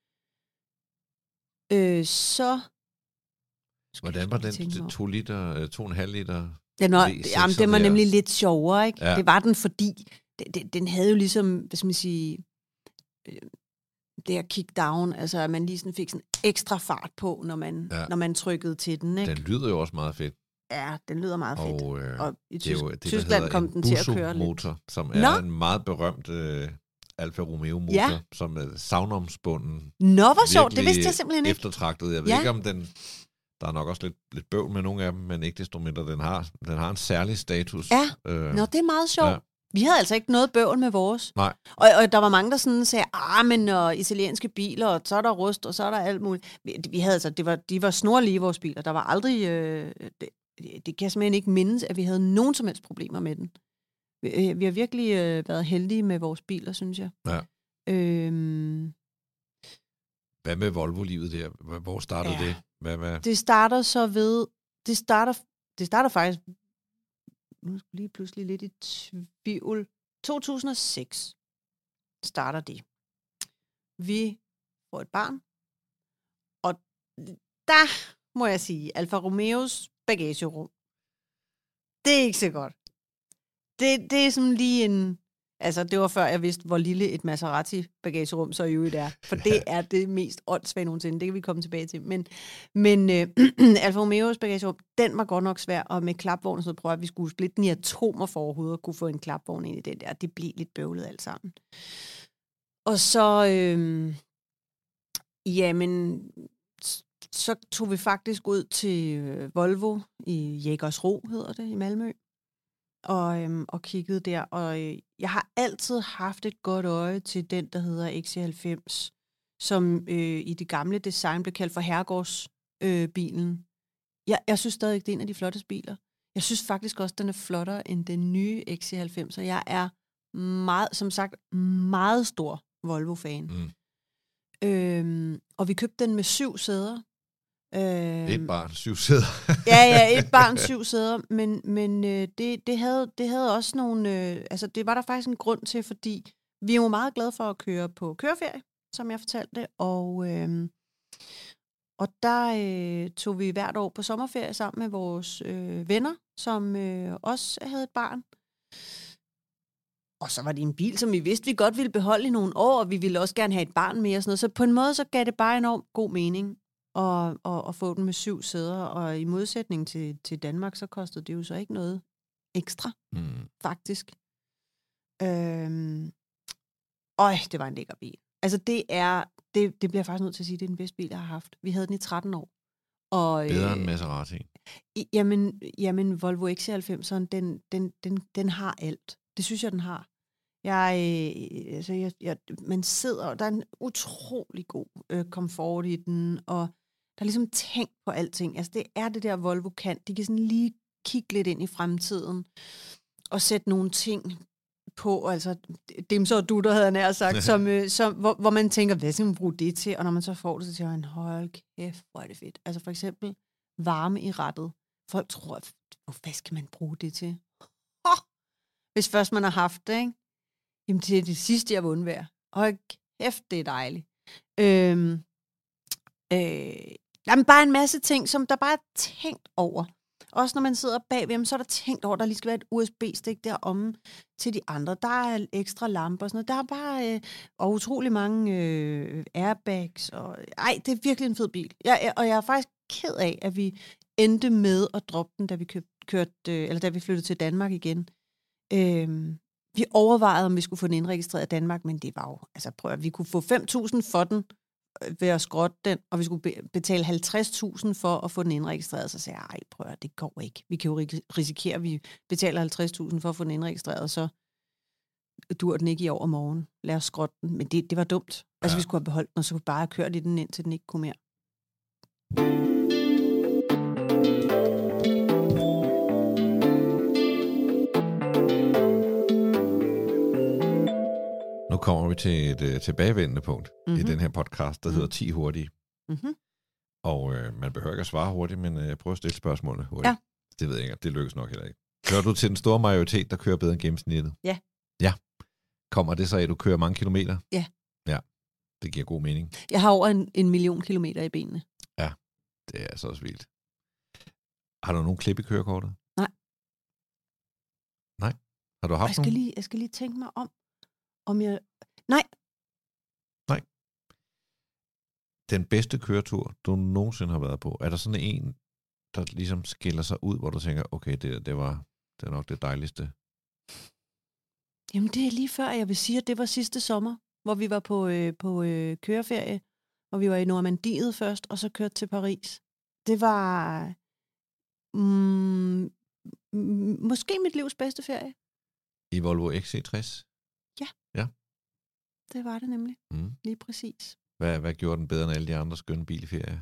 Øh, så... Hvordan var den to liter, to og en halv liter? Den var, jamen, den var nemlig lidt sjovere, ikke? Ja. Det var den, fordi den, den, den havde jo ligesom, hvad skal man sige... Øh, det her kick-down, altså at man lige sådan fik sådan ekstra fart på, når man, ja. når man trykkede til den. Ikke? Den lyder jo også meget fedt. Ja, den lyder meget fedt. Og, øh, og i det er jo det, Tyskland kom den til at køre lidt. Motor, som er Nå? en meget berømt øh, Alfa Romeo motor, ja. som er savnomsbunden. Nå, hvor sjovt, det vidste jeg simpelthen ikke. Eftertragtet. Jeg ved ja. ikke, om den... Der er nok også lidt, lidt bøvl med nogle af dem, men ikke desto mindre, den har, den har en særlig status. Ja, øh, Nå, det er meget sjovt. Ja. Vi havde altså ikke noget bøvl med vores. Nej. Og, og der var mange, der sådan sagde, ah, men og italienske biler, og så er der rust, og så er der alt muligt. Vi, vi havde altså, det var, de var snorlige, vores biler. Der var aldrig, øh, det, det kan jeg simpelthen ikke mindes, at vi havde nogen som helst problemer med den. Vi, vi har virkelig øh, været heldige med vores biler, synes jeg. Ja. Øhm, Hvad med Volvo-livet der? Hvor startede ja. det? Hvad med? Det starter så ved, det starter, det starter faktisk, nu er jeg lige pludselig lidt i tvivl. to tusind og seks starter det. Vi får et barn, og der må jeg sige, Alfa Romeos bagagerum, det er ikke så godt. Det, det er sådan lige en, altså det var før jeg vidste, hvor lille et Maserati-bagagerum så i øvrigt er, for det er det mest åndssvage nogensinde, det kan vi komme tilbage til. Men, men øh, Alfa Romeos bagagerum, den var godt nok svær, og med klapvogn, så prøvede at vi skulle splitte den i atomer for overhovedet at kunne få en klapvogn ind i den der. Det blev lidt bøvlet alt sammen. Og så, øh, jamen, så tog vi faktisk ud til Volvo i Jägersro, hedder det, i Malmø. Og, øhm, og kiggede der, og øh, jeg har altid haft et godt øje til den, der hedder X C halvfems, som øh, i det gamle design blev kaldt for herregårdsbilen. Øh, jeg, jeg synes stadig, det er en af de flotteste biler. Jeg synes faktisk også, den er flottere end den nye X C halvfems, og jeg er meget, som sagt, meget stor Volvo-fan. Mm. Øhm, og vi købte den med syv sæder. Øhm, et barn, syv sæder. ja, ja, et barn, syv sæder, men, men øh, det, det, havde, det havde også nogle, øh, altså det var der faktisk en grund til, fordi vi er jo meget glade for at køre på køreferie, som jeg fortalte, og, øh, og der øh, tog vi hvert år på sommerferie sammen med vores øh, venner, som øh, også havde et barn. Og så var det en bil, som vi vidste, vi godt ville beholde i nogle år, og vi ville også gerne have et barn med og sådan noget, så på en måde så gav det bare enormt god mening. Og, og, og få den med syv sæder, og i modsætning til, til Danmark, så kostede det jo så ikke noget ekstra, mm. faktisk. Øhm, øj, det var en lækker bil. Altså det er, det, det bliver jeg faktisk nødt til at sige, det er den bedste bil, jeg har haft. Vi havde den i tretten år. Og, bedre end Maserati? Øh, jamen, jamen, Volvo X C halvfemseren, den, den, den, den har alt. Det synes jeg, den har. Jeg, øh, altså, jeg, jeg, man sidder, der er en utrolig god øh, komfort i den, og der er ligesom tænkt på alting. Altså, det er det der, Volvo kan. De kan sådan lige kigge lidt ind i fremtiden, og sætte nogle ting på, altså dem så du, der havde jeg nær sagt, som, øh, som, hvor, hvor man tænker, hvad skal man bruge det til? Og når man så får det, så tænker man, hold kæft, hvor er det fedt. Altså for eksempel varme i rattet. Folk tror, hvad skal man bruge det til? Oh! hvis først man har haft det, ikke? Jamen, det er det sidste, jeg vil undvære. Hold kæft, det er dejligt. Øhm, øh, jamen, bare en masse ting, som der bare er tænkt over. Også når man sidder bagved, så er der tænkt over, at der lige skal være et U S B-stik deromme til de andre. Der er ekstra lamper og sådan noget. Der er bare øh, og utrolig mange øh, airbags. Og, ej, det er virkelig en fed bil. Jeg, og jeg er faktisk ked af, at vi endte med at droppe den, da vi, køb, kørte, øh, eller da vi flyttede til Danmark igen. Øh, vi overvejede, om vi skulle få den indregistreret i Danmark, men det var jo, altså prøv at vi kunne få fem tusind for den, ved at skrotte den, og vi skulle betale halvtreds tusind for at få den indregistreret. Så sagde jeg, ej, prøv at, det går ikke. Vi kan jo risikere, at vi betaler halvtreds tusind for at få den indregistreret, så dur den ikke i overmorgen. Lad os skrotte den. Men det, det var dumt. Altså, ja. Vi skulle have beholdt den, og så kunne vi bare have kørt i den, indtil den ikke kunne mere. Nu kommer vi til et uh, tilbagevendende punkt mm-hmm. i den her podcast, der mm-hmm. hedder ti hurtige. Mm-hmm. Og uh, man behøver ikke at svare hurtigt, men uh, jeg prøver at stille spørgsmålene hurtigt. Ja. Det ved jeg ikke, det lykkes nok heller ikke. Kører du til den store majoritet, der kører bedre end gennemsnittet? Ja. Ja. Kommer det så af, at du kører mange kilometer? Ja. Ja, det giver god mening. Jeg har over en, en million kilometer i benene. Ja, det er altså også vildt. Har du nogen klip i kørekortet? Nej. Nej? Har du haft jeg skal nogen? Lige, jeg skal lige tænke mig om, om jeg... Nej. Nej. Den bedste køretur, du nogensinde har været på, er der sådan en, der ligesom skiller sig ud, hvor du tænker, okay, det, det, var, det er nok det dejligste? Jamen, det er lige før, jeg vil sige, at det var sidste sommer, hvor vi var på, øh, på øh, køreferie, hvor vi var i Normandiet først, og så kørte til Paris. Det var mm, måske mit livs bedste ferie. I Volvo X C tres? Ja. Ja. Det var det nemlig. Mm. Lige præcis. Hvad, hvad gjorde den bedre end alle de andre skønne bilferier?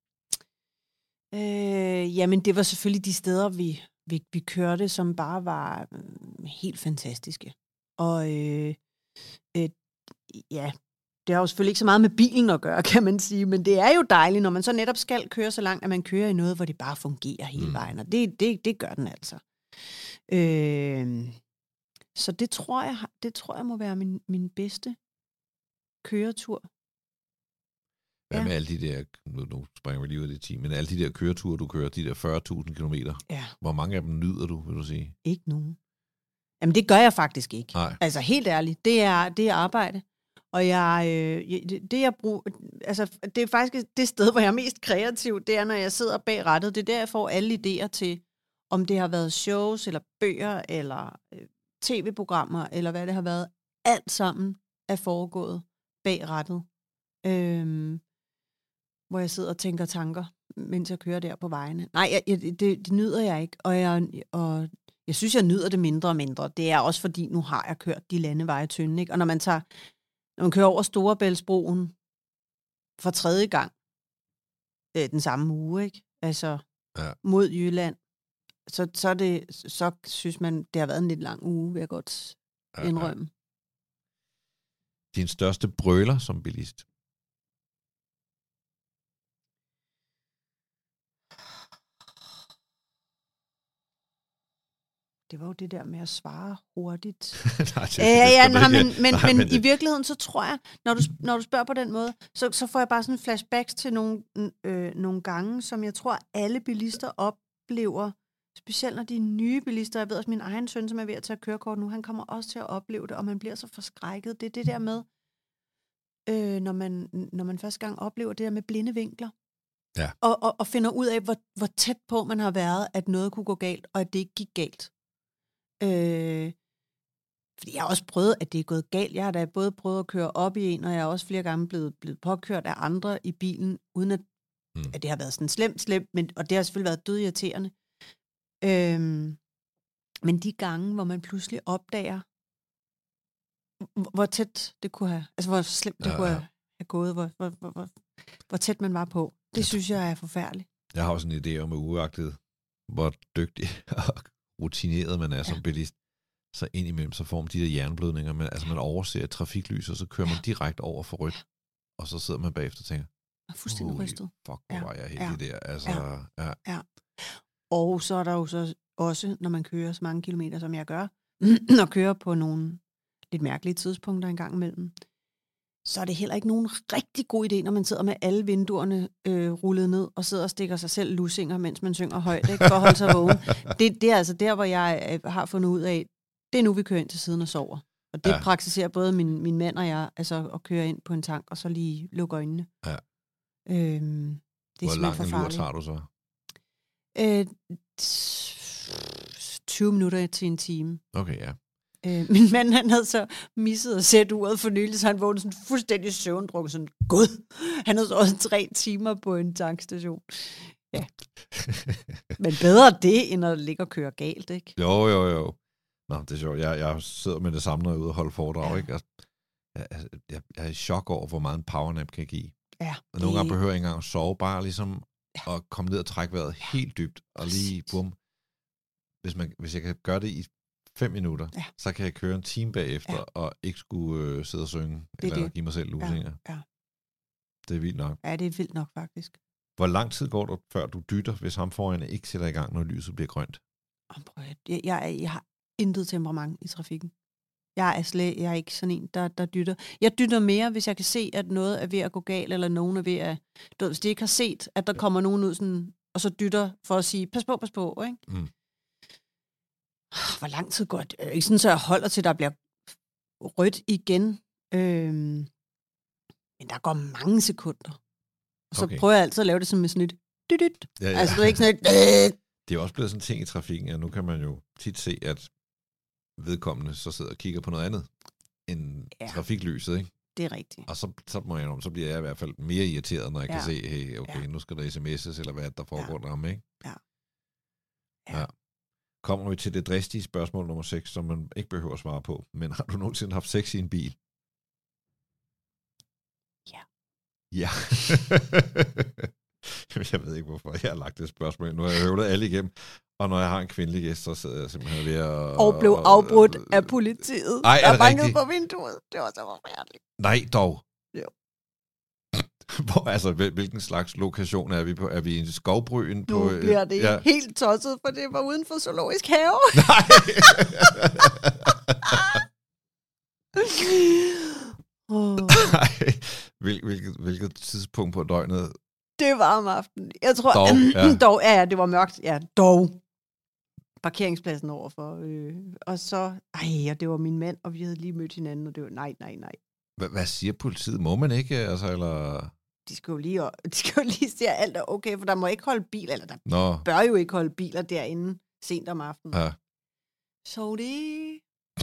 Øh, jamen, det var selvfølgelig de steder, vi, vi, vi kørte, som bare var øh, helt fantastiske. Og øh, øh, ja, det har jo selvfølgelig ikke så meget med bilen at gøre, kan man sige, men det er jo dejligt, når man så netop skal køre så langt, at man kører i noget, hvor det bare fungerer hele vejen, og det, det, det gør den altså. Øh, så det tror jeg, det tror jeg må være min, min bedste køretur. Hvad ja. med alle de der, nu, nu springer vi lige ud af det ti, men alle de der køreture, du kører, de der fyrre tusind kilometer, ja. Hvor mange af dem nyder du, vil du sige? Ikke nogen. Jamen, det gør jeg faktisk ikke. Nej. Altså, helt ærligt, det er, det er arbejde. Og jeg, øh, det, det, jeg bruger, altså, det er faktisk det sted, hvor jeg er mest kreativ, det er, når jeg sidder bag rattet. Det er der, jeg får alle idéer til, om det har været shows, eller bøger, eller øh, tv-programmer, eller hvad det har været. Alt sammen er foregået bag rattet. Øhm, hvor jeg sidder og tænker tanker, mens jeg kører der på vejene. Nej, jeg, jeg, det, det nyder jeg ikke, og jeg, og jeg synes, jeg nyder det mindre og mindre. Det er også fordi, nu har jeg kørt de landeveje tynde, ikke? Og når man tager, når man kører over Storebæltsbroen for tredje gang øh, den samme uge, ikke? Altså ja. Mod Jylland, så, så, det, så synes man, det har været en lidt lang uge, vil jeg godt indrømme. Ja, ja. Din største brøler som bilist? Det var jo det der med at svare hurtigt. nej, det, Æh, ja, nej, men, men, nej, men, men i virkeligheden, så tror jeg, når du, når du spørger på den måde, så, så får jeg bare sådan flashbacks til nogle, øh, nogle gange, som jeg tror, alle bilister oplever, specielt når de er nye bilister. Jeg ved også, min egen søn, som er ved at tage kørekort nu, han kommer også til at opleve det, og man bliver så forskrækket. Det er det der med, øh, når, man, når man første gang oplever det der med blinde vinkler. Ja. Og, og, og finder ud af, hvor, hvor tæt på man har været, at noget kunne gå galt, og at det ikke gik galt. Øh, fordi jeg har også prøvet, at det er gået galt. Jeg har da både prøvet at køre op i en, og jeg er også flere gange blevet, blevet påkørt af andre i bilen, uden at, mm. at det har været sådan slemt, slemt, men, og det har selvfølgelig været dødirriterende. Øh, men de gange, hvor man pludselig opdager, hvor tæt det kunne have, altså hvor slemt det ja, kunne have, have gået, hvor, hvor, hvor, hvor, hvor tæt man var på, det jeg synes jeg er forfærdeligt. Jeg har også en idé om, at uagtet, hvor dygtig og rutineret man er ja. som bilist, så indimellem så får man de der hjerneblødninger, men altså man overser et trafiklys, og så kører man direkte over for rødt, og så sidder man bagefter og tænker, fuldstændig rystet. Fuck, hvor ja. var jeg heldig ja. der. Altså, ja. Ja. ja. Og så er der jo så også, når man kører så mange kilometer, som jeg gør, og kører på nogle lidt mærkelige tidspunkter en gang imellem, så er det heller ikke nogen rigtig god idé, når man sidder med alle vinduerne øh, rullet ned, og sidder og stikker sig selv lussinger, mens man synger højt, ikke, for at holde sig vågen. Det, det er altså der, hvor jeg øh, har fundet ud af, det er nu, vi kører ind til siden og sover. Og det ja. praktiserer både min, min mand og jeg, altså at køre ind på en tank, og så lige lukke øjnene. Ja. Øhm, det er hvor lang en lur tager du så? Øh, tyve minutter til en time. Okay, ja. Øh, min mand, han havde så misset at sætte uret for nylig, så han vågnede sådan fuldstændig søvndrukket, sådan, gud, han havde så også tre timer på en tankstation. Ja. Men bedre det, end at ligge og køre galt, ikke? Jo, jo, jo. Nå, det er sjovt. Jeg, jeg sidder med det samme, når jeg er ude og holde foredrag, ja. ikke? Jeg, jeg, jeg, jeg er i chok over, hvor meget en powernap kan give. Ja. Og nogle gange behøver jeg ikke engang at sove, bare ligesom ja. at komme ned og trække vejret helt dybt, og lige, bum. Hvis, man, hvis jeg kan gøre det i fem minutter, ja. så kan jeg køre en time bagefter, ja. og ikke skulle øh, sidde og synge, det eller det. give mig selv lusinger. Ja. Ja. Det er vildt nok. Ja, det er vildt nok, faktisk. Hvor lang tid går det, før du dytter, hvis ham foran ikke sætter i gang, når lyset bliver grønt? Oh, prøv at, jeg, jeg, jeg har intet temperament i trafikken. Jeg er, slet, jeg er ikke sådan en, der, der dytter. Jeg dytter mere, hvis jeg kan se, at noget er ved at gå galt, eller nogen er ved at... Du ved, hvis de ikke har set, at der kommer nogen ud, sådan, og så dytter for at sige, pas på, pas på, ikke? Mm. Hvor lang tid går det? Det er ikke sådan, så jeg holder til, der bliver rødt igen. Øhm, men der går mange sekunder. Og så okay. prøver jeg altid at lave det som med sådan et dyt. Ja, ja. Altså, det er ikke sådan et... Det er også blevet sådan en ting i trafikken, at nu kan man jo tit se, at vedkommende så sidder og kigger på noget andet end ja. trafiklyset, ikke? Det er rigtigt. Og så, så, må jeg, så bliver jeg i hvert fald mere irriteret, når jeg ja. kan se, hey, okay, ja. nu skal der sms'es, eller hvad der foregår ja. der om, ikke? Ja. ja. ja. Kommer vi til det dristige spørgsmål nummer seks, som man ikke behøver at svare på. Men har du nogensinde haft sex i en bil? Ja. Ja. Jeg ved ikke, hvorfor jeg har lagt det spørgsmål. Nu har jeg høvlet alle igennem. Og når jeg har en kvindelig gæst, så sidder jeg simpelthen ved at... Og blev afbrudt af politiet. Ej, er det der bankede rigtigt? på vinduet. Det var så forfærdeligt. Nej, dog. Jo. Hvor, altså, hvilken slags lokation er vi på? Er vi i en skovbryn? Nu på, bliver det ja. helt tosset, for det var uden for zoologisk have. Nej! oh. Nej. Hvil, hvilket, hvilket tidspunkt på døgnet? Det var om aftenen. Jeg tror, dog, ja. dog, ja, det var mørkt. Ja, dog. Parkeringspladsen overfor. Øh, og så, ej, og det var min mand, og vi havde lige mødt hinanden, og det var, nej, nej, nej. H- hvad siger politiet? Må man ikke, altså, eller... De skal jo lige, de skal jo lige se, at alt er okay, for der må ikke holde bil, eller der Nå. bør jo ikke holde biler derinde sent om aftenen. Ja. Så det...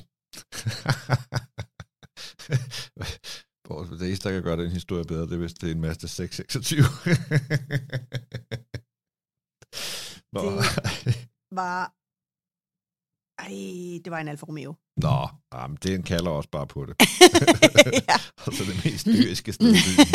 Det eneste, der kan gøre den historie bedre, det er, hvis det er en Mazda seks seksogtyve. Nå. Det var... Ej, det var en Alfa Romeo. Nå, jamen, det er en kalder også bare på det. Ja. Og så det mest dyriske sted i byen.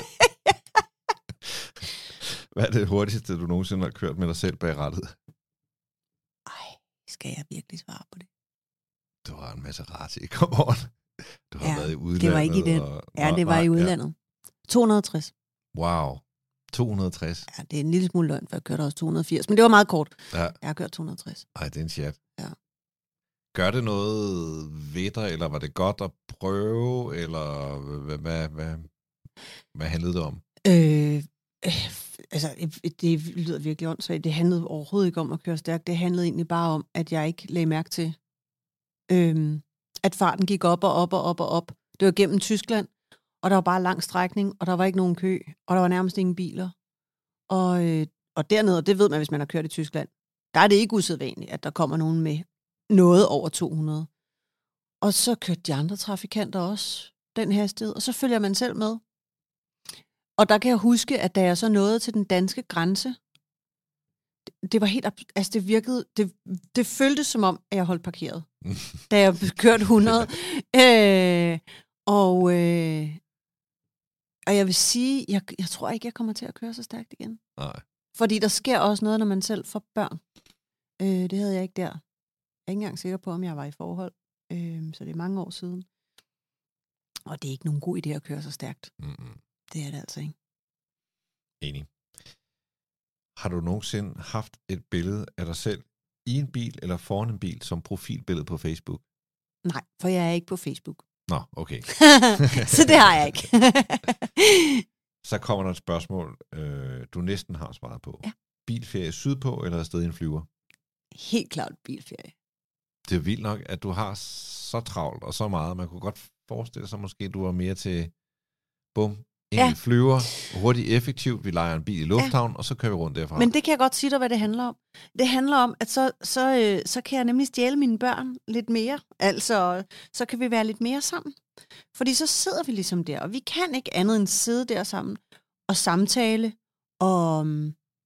Hvad er det hurtigste, du nogensinde har kørt med dig selv bag rattet? Ej, skal jeg virkelig svare på det? Du har en Maserati, come on. Du har ja, været i udlandet. Det var ikke i det. Og... Ja, det var nej, i udlandet. Ja. to hundrede og tres. Wow. to hundrede og tres. Ja, det er en lille smule løgn, for jeg kørte også to hundrede og firs. Men det var meget kort. Ja. Jeg har kørt to hundrede og tres. Ej, det er en chat. Ja. Gør det noget ved dig, eller var det godt at prøve, eller hvad, hvad, hvad, hvad handlede det om? Øh, øh, altså, det lyder virkelig åndssvagt. Det handlede overhovedet ikke om at køre stærkt. Det handlede egentlig bare om, at jeg ikke lagde mærke til, øh, at farten gik op og op og op og op. Det var gennem Tyskland, og der var bare lang strækning, og der var ikke nogen kø, og der var nærmest ingen biler. Og, øh, og dernede, og det ved man, hvis man har kørt i Tyskland, der er det ikke usædvanligt, at der kommer nogen med noget over to hundrede. Og så kørte de andre trafikanter også den hastighed, og så følger man selv med. Og der kan jeg huske, at da jeg så nåede til den danske grænse, det, det var helt, altså det virkede, det, det føltes som om, at jeg holdt parkeret, da jeg kørte hundrede. øh, og, øh, og jeg vil sige, jeg, jeg tror ikke, jeg kommer til at køre så stærkt igen. Nej. Fordi der sker også noget, når man selv får børn. Øh, det havde jeg ikke der. Jeg er ikke engang sikker på, om jeg var i forhold. Øh, så det er mange år siden. Og det er ikke nogen god idé at køre så stærkt. Mm-hmm. Det er det altså ikke. Enig. Har du nogensinde haft et billede af dig selv i en bil eller foran en bil som profilbillede på Facebook? Nej, for jeg er ikke på Facebook. Nå, okay. Så det har jeg ikke. Så kommer der et spørgsmål, øh, du næsten har svaret på. Ja. Bilferie sydpå eller afsted i en flyver? Helt klart bilferie. Det er vildt nok, at du har så travlt og så meget. Man kunne godt forestille sig måske, at du var mere til bum, en Ja. flyver, hurtigt effektivt. Vi lejer en bil i lufthavn, ja. Og så kører vi rundt derfra. Men det kan jeg godt sige dig, hvad det handler om. Det handler om, at så, så, øh, så kan jeg nemlig stjæle mine børn lidt mere. Altså, så kan vi være lidt mere sammen. Fordi så sidder vi ligesom der, og vi kan ikke andet end sidde der sammen og samtale om,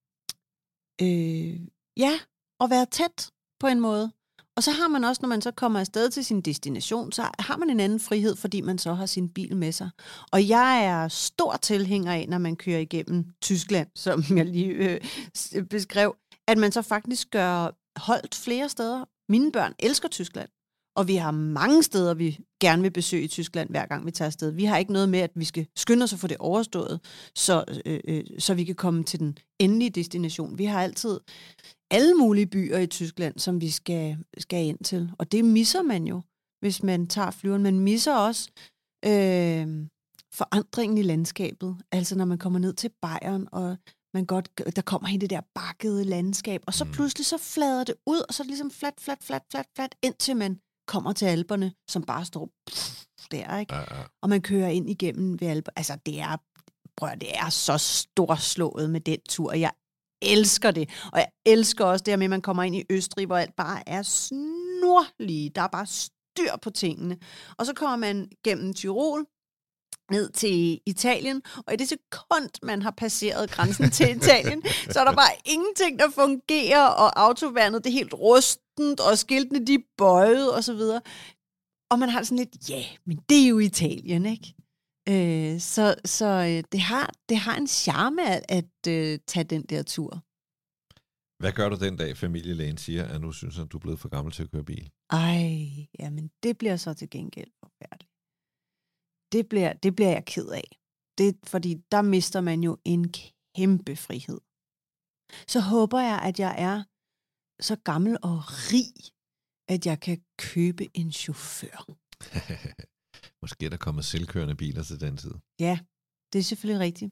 øh, ja, og være tæt på en måde. Og så har man også, når man så kommer afsted til sin destination, så har man en anden frihed, fordi man så har sin bil med sig. Og jeg er stor tilhænger af, når man kører igennem Tyskland, som jeg lige øh, beskrev, at man så faktisk gør holdt flere steder. Mine børn elsker Tyskland, og vi har mange steder, vi gerne vil besøge i Tyskland, hver gang vi tager afsted. Vi har ikke noget med, at vi skal skynde os at få det overstået, så, øh, øh, så vi kan komme til den endelige destination. Vi har altid alle mulige byer i Tyskland, som vi skal, skal ind til. Og det misser man jo, hvis man tager flyveren. Man misser også øh, forandringen i landskabet. Altså når man kommer ned til Bayern, og man godt, der kommer hen det der bakkede landskab, og så pludselig så flader det ud, og så er det ligesom flat, flat, flat, flat, flat, indtil man kommer til Alperne, som bare står pff, der, ikke? Ja, ja. Og man kører ind igennem ved Alper. Altså det er, prøv, det er så storslået med den tur. Jeg elsker det. Og jeg elsker også det her med, at man kommer ind i Østrig, hvor alt bare er snorlige. Der er bare styr på tingene. Og så kommer man gennem Tyrol ned til Italien, og i det sekund, man har passeret grænsen til Italien, så er der bare ingenting, der fungerer, og autovandet, det er helt rustent, og skiltene, de er bøjet, og så videre. Og man har sådan lidt, ja, men det er jo Italien, ikke? Øh, så så øh, det, har, det har en charme at, at øh, tage den der tur. Hvad gør du den dag, familielægen siger, at nu synes at du er blevet for gammel til at køre bil? Ej, jamen det bliver så til gengæld forfærdeligt. Det bliver, det bliver jeg ked af. Det, fordi der mister man jo en kæmpe frihed. Så håber jeg, at jeg er så gammel og rig, at jeg kan købe en chauffør. Måske er der kommet selvkørende biler til den tid. Ja, det er selvfølgelig rigtigt.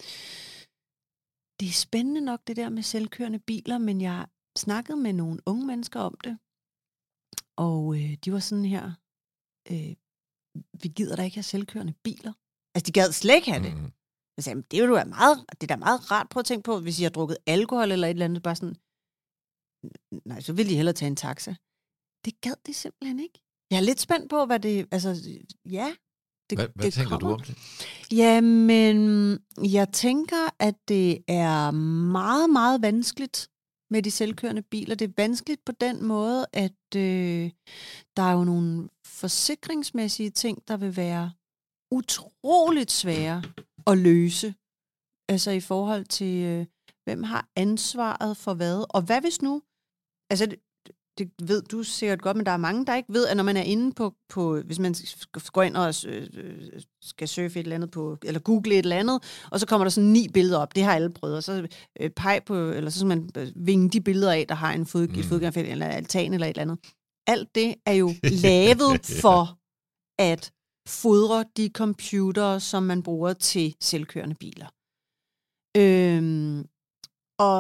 Det er spændende nok, det der med selvkørende biler, men jeg snakkede med nogle unge mennesker om det, og øh, de var sådan her, øh, vi gider da ikke have selvkørende biler. Altså, de gad slet ikke have det. Mm. Jeg sagde, det er jo meget, det er da meget rart, prøv at tænke på, hvis I har drukket alkohol eller et eller andet, bare sådan, nej, så vil de hellere tage en taxa. Det gad de simpelthen ikke. Jeg er lidt spændt på, hvad det, altså, ja. Det, hvad hvad det tænker kommer. du om det? Jamen, jeg tænker, at det er meget, meget vanskeligt med de selvkørende biler. Det er vanskeligt på den måde, at øh, der er jo nogle forsikringsmæssige ting, der vil være utroligt svære at løse. Altså i forhold til, øh, hvem har ansvaret for hvad? Og hvad hvis nu, altså det, det ved du sikkert godt, men der er mange, der ikke ved, at når man er inde på, på hvis man går ind og øh, skal surfe et eller andet på, eller google et eller andet, og så kommer der sådan ni billeder op, det har alle prøvet, og så øh, pege på, eller så skal man vinge de billeder af, der har en fod, mm. et fodgængerfelt, eller altan, eller et eller andet. Alt det er jo lavet for at fodre de computere, som man bruger til selvkørende biler. Øhm, og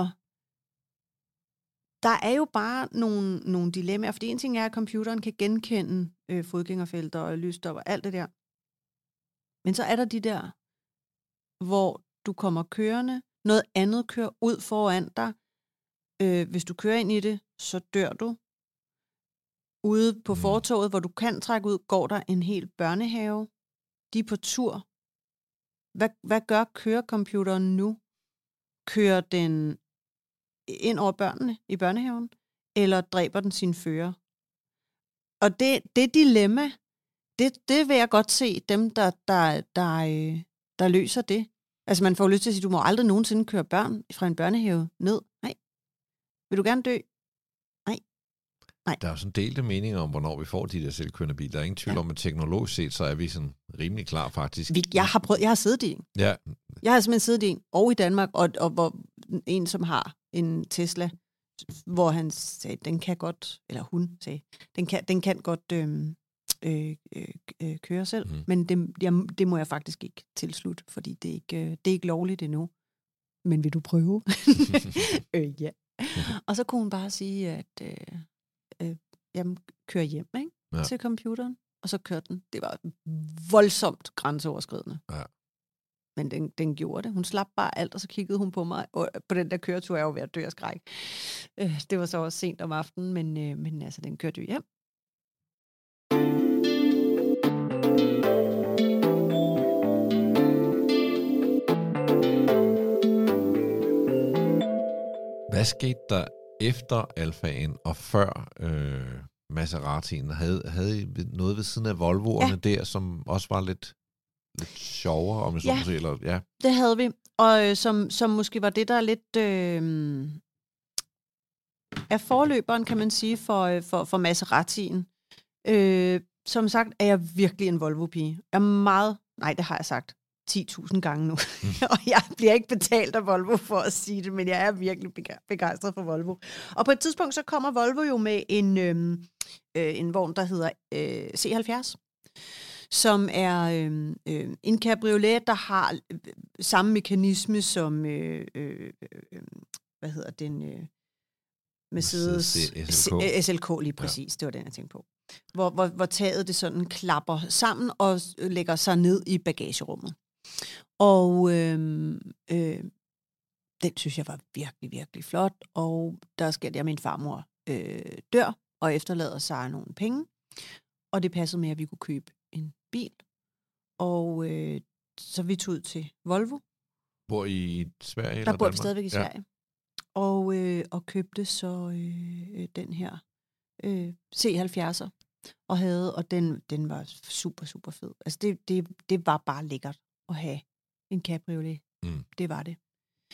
der er jo bare nogle, nogle dilemmaer, fordi en ting er, at computeren kan genkende øh, fodgængerfelter og lysstop og alt det der. Men så er der de der, hvor du kommer kørende, noget andet kører ud foran dig. Øh, hvis du kører ind i det, så dør du. Ude på fortovet, hvor du kan trække ud, går der en hel børnehave. De er på tur. Hvad, hvad gør kørecomputeren nu? Kører den ind over børnene i børnehaven, eller dræber den sin fører? Og det, det dilemma, det, det vil jeg godt se dem, der, der, der, der løser det. Altså man får lyst til at sige, du må aldrig nogensinde køre børn fra en børnehave ned. Nej. Vil du gerne dø? Nej. Nej. Der er jo sådan delte meninger om, hvornår vi får de der selvkørende biler. Der er ingen tvivl ja. om, at teknologisk set, så er vi sådan rimelig klar faktisk. Vi, jeg har prøvet, jeg har siddet i en. Ja. Jeg har simpelthen siddet i en, og i Danmark, og, og hvor en, som har en Tesla, hvor han sagde, den kan godt, eller hun sagde, den kan, den kan godt øh, øh, øh, køre selv, mm. men det, jeg, det må jeg faktisk ikke tilslutte, fordi det er ikke, øh, det er ikke lovligt endnu. Men vil du prøve? øh, ja. Og så kunne hun bare sige, at øh, øh, jamen, kør hjem, ikke? Ja. Til computeren, og så kørte den. Det var voldsomt grænseoverskridende. Ja. Men den, den gjorde det. Hun slap bare alt, og så kiggede hun på mig. Og på den der køretur er jeg jo ved at dø af skræk. Øh, det var så også sent om aftenen, men, øh, men altså, den kørte jo hjem. Hvad skete der efter Alfaen og før øh, Maseratien? Havde, havde I noget ved siden af Volvoerne ja. Der, som også var lidt, lidt sjovere, om jeg så ja. må sige? Eller, ja, det havde vi. Og øh, som, som måske var det, der er lidt øh, er forløberen, kan man sige, for, øh, for, for Maseratien. Øh, som sagt er jeg virkelig en Volvo-pige. Jeg er meget... Nej, det har jeg sagt ti tusind gange nu. Mm. Og jeg bliver ikke betalt af Volvo for at sige det, men jeg er virkelig begejstret for Volvo. Og på et tidspunkt, så kommer Volvo jo med en, øh, øh, en vogn, der hedder øh, C halvfjerds, som er øh, øh, en cabriolet, der har øh, samme mekanisme som, øh, øh, øh, hvad hedder den, øh, Mercedes S L K, lige præcis, ja. Det var den, jeg tænkte på. Hvor, hvor, hvor taget det sådan klapper sammen og lægger sig ned i bagagerummet. Og øh, øh, den synes jeg var virkelig, virkelig flot, og der sker det, at min farmor øh, dør og efterlader sig nogle penge, og det passede med, at vi kunne købe en bil, og øh, så vi tog ud til Volvo. Bor I Sverige eller Der bor vi Danmark? stadigvæk i Sverige. Ja. Og, øh, og købte så øh, den her øh, C halvfjerdser, og havde, og den, den var super, super fed. Altså det, det, det var bare lækkert at have en cabriolet. Mm. Det var det.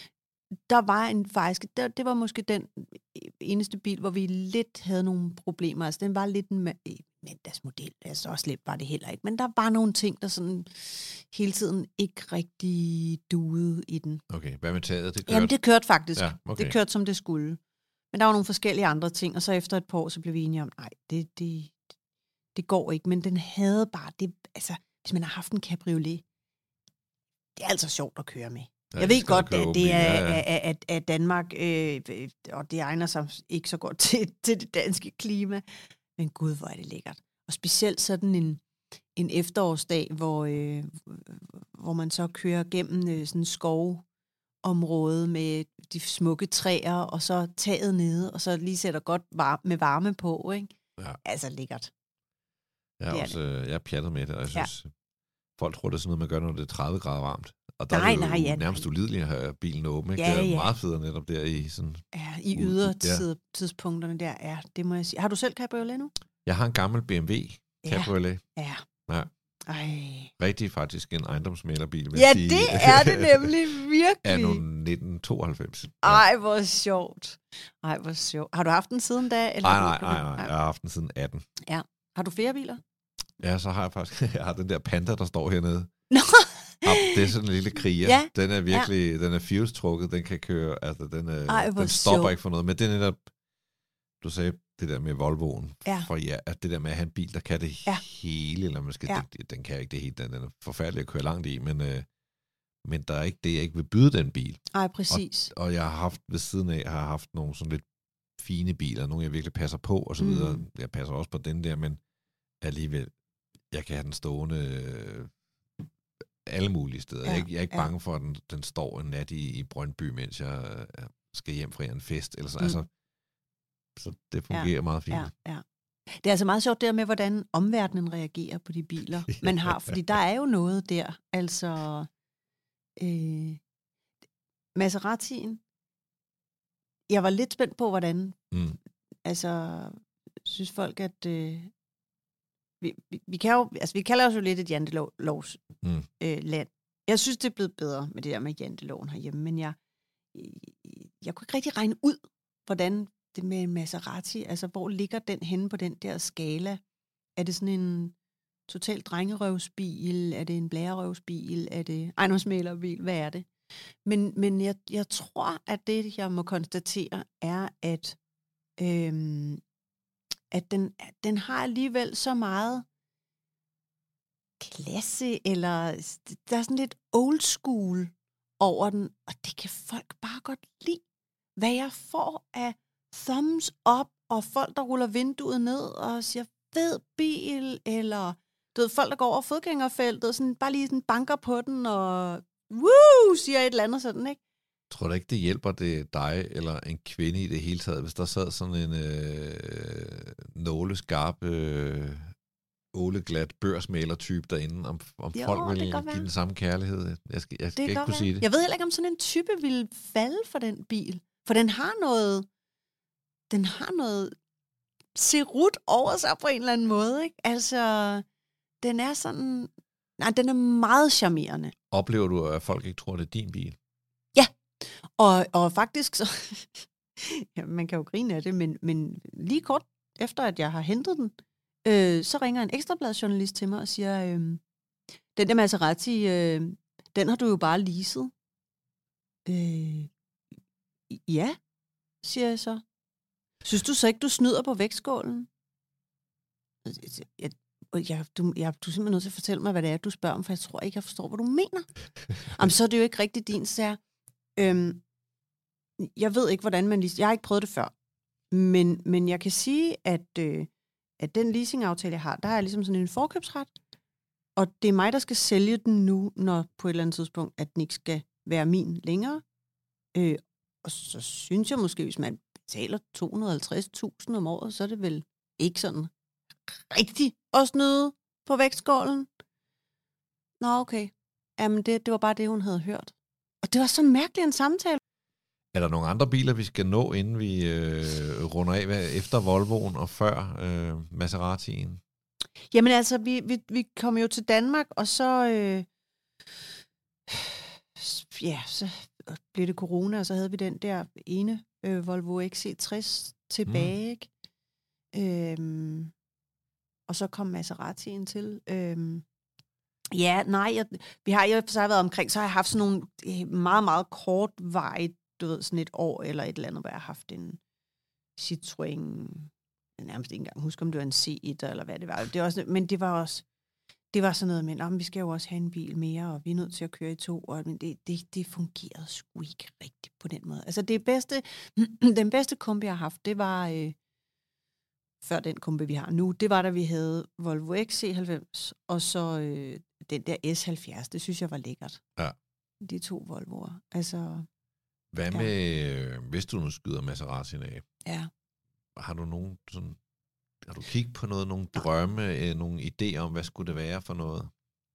Der var en faktisk, der, det var måske den eneste bil, hvor vi lidt havde nogle problemer. Altså den var lidt en mandagsmodel, altså så slemt var det heller ikke. Men der var nogle ting, der sådan hele tiden ikke rigtig duede i den. Okay, hvad med taget? Det kørte? Jamen det kørte faktisk. Ja, okay. Det kørte som det skulle. Men der var nogle forskellige andre ting, og så efter et par år, så blev vi enige om, nej, det, det, det går ikke. Men den havde bare, det, altså hvis man har haft en cabriolet, det er altså sjovt at køre med. Ja, jeg ved godt, at det er, ja, ja. er, er, er Danmark, øh, og det egner sig ikke så godt til, til det danske klima. Men gud, hvor er det lækkert. Og specielt sådan en, en efterårsdag, hvor, øh, hvor man så kører gennem øh, sådan en skovområde med de smukke træer, og så taget nede, og så lige sætter godt varme, med varme på, ikke? Ja. Altså lækkert. Jeg er, også, jeg er pjattet med det, og jeg synes, ja. Folk tror, det er sådan noget, man gør, når det er tredive grader varmt. Og der nej, er det jo nej, ja, nærmest ulideligt at have bilen åben. Ikke? Ja, det er ja. meget federe netop der i sådan... Ja, i ydre tid, tidspunkterne der. Ja, det må jeg sige. Har du selv cabriolet nu? Jeg har en gammel B M W cabriolet. Ja. Ja. Ej. Rigtig faktisk en ejendomsmæglerbil, vil ja, jeg sige. det er det nemlig virkelig. Er nu nitten tooghalvfems. Ja. Ej, hvor sjovt. Ej, hvor sjovt. Har du haft den siden da? Eller nej, nej, nej, nej. Jeg har haft den siden atten. Ja. Har du flere biler? Ja, så har jeg faktisk... Jeg har den der Panda, der står hernede. Nå. Det er sådan en lille kriger. Ja. Den er virkelig... Ja. Den er fuse-trukket. Den kan køre... Altså, den, er, Ej, den stopper ikke for noget. Men det er netop... Du sagde det der med Volvoen. Ja. For ja, at det der med at have en bil, der kan det ja. hele. Eller måske... Ja. Det, den kan ikke det hele. Den er forfærdelig at køre langt i. Men, øh, men der er ikke det, jeg ikke vil byde den bil. Nej, præcis. Og, og jeg har haft ved siden af... har haft nogle sådan lidt fine biler. Nogle, jeg virkelig passer på, og så videre. Mm. Jeg passer også på den der, men alligevel... Jeg kan have den stående øh, alle mulige steder. Ja, jeg, er ikke, jeg er ikke ja. bange for, at den, den står en nat i, i Brøndby, mens jeg øh, skal hjem fra en fest. Eller så. Mm. Altså, så det fungerer ja, meget fint. Ja, ja. Det er altså meget sjovt der med, hvordan omverdenen reagerer på de biler, man har. Fordi der er jo noget der. Altså, øh, Maseratien. Jeg var lidt spændt på, hvordan... Mm. Altså, synes folk, at... Øh, Vi, vi, vi, kan jo, altså, vi kalder os jo lidt et jantelovs mm. øh, land. Jeg synes, det er blevet bedre med det der med janteloven herhjemme, men jeg, jeg kunne ikke rigtig regne ud, hvordan det med Maserati, altså hvor ligger den henne på den der skala? Er det sådan en total drengerøvsbil? Er det en blærerøvsbil? Er det ejendomsmæglerbil? Hvad er det? Men, men jeg, jeg tror, at det, jeg må konstatere, er, at, øhm, at den, den har alligevel så meget klasse, eller der er sådan lidt old school over den, og det kan folk bare godt lide. Hvad jeg får af thumbs up, og folk, der ruller vinduet ned og siger, fed bil, eller du ved, folk, der går over fodgængerfeltet, sådan, bare lige sådan banker på den, og woo, siger et eller andet sådan, ikke? Tror du ikke, det hjælper det dig, eller en kvinde i det hele taget, hvis der sad sådan en øh, nåleskarp, øh, åleglat børsmæler-type derinde, om, om Jo, folk vil give den samme kærlighed? Jeg skal, jeg skal ikke kunne være. sige det. Jeg ved heller ikke, om sådan en type vil falde for den bil, for den har noget, den har noget serut over sig på en eller anden måde, ikke? Altså, den er sådan, nej, den er meget charmerende. Oplever du, at folk ikke tror, det er din bil? Ja, og, og faktisk så, ja, man kan jo grine af det, men, men lige kort efter, at jeg har hentet den, øh, så ringer en ekstrabladsjournalist til mig og siger, øh, den der Maserati, øh, den har du jo bare leaset. Øh, ja, siger jeg så. Synes du så ikke, du snyder på vægtskålen? Jeg, jeg, du, jeg, du er simpelthen nødt til at fortælle mig, hvad det er, du spørger om, for jeg tror ikke, jeg forstår, hvad du mener. Jamen, så er det jo ikke rigtig din sær. Øhm, jeg ved ikke, hvordan man leaser. Jeg har ikke prøvet det før. Men, men jeg kan sige, at, øh, at den leasingaftale, jeg har, der er ligesom sådan en forkøbsret. Og det er mig, der skal sælge den nu, når på et eller andet tidspunkt, at den ikke skal være min længere. Øh, og så synes jeg måske, hvis man betaler to hundrede og halvtreds tusind om året, så er det vel ikke sådan rigtigt at snyde på vægtskålen. Nå, okay. Jamen, det, det var bare det, hun havde hørt. Og det var så mærkeligt en samtale. Er der nogle andre biler, vi skal nå, inden vi øh, runder af efter Volvoen og før øh, Maseratien? Jamen altså, vi, vi, vi kom jo til Danmark, og så, øh, ja, så blev det corona, og så havde vi den der ene øh, Volvo X C tres tilbage, ikke? Øhm, og så kom Maseratien til. Øhm, ja, nej, jeg, vi har jo så har jeg været omkring, så har jeg haft sådan nogle meget, meget kortvarigt, du ved, sådan et år eller et eller andet, hvor jeg har haft en Citroën, jeg nærmest ikke engang huske, om det var en C et eller hvad det var. Det var også, men det var også, det var sådan noget med, at vi skal jo også have en bil mere, og vi er nødt til at køre i to, og, men det, det, det fungerede sgu ikke rigtigt på den måde. Altså det bedste, den bedste kombi, jeg har haft, det var, øh, før den kombi, vi har nu, det var, da vi havde Volvo X C halvfems, og så øh, den der S halvfjerds, det synes jeg var lækkert. Ja. De to Volvoer. Altså, hvad med, ja. Hvis du nu skyder Maseratien af? Ja. Har du nogen sådan, har du kigget på noget, nogle drømme, øh, nogle idéer om, hvad skulle det være for noget?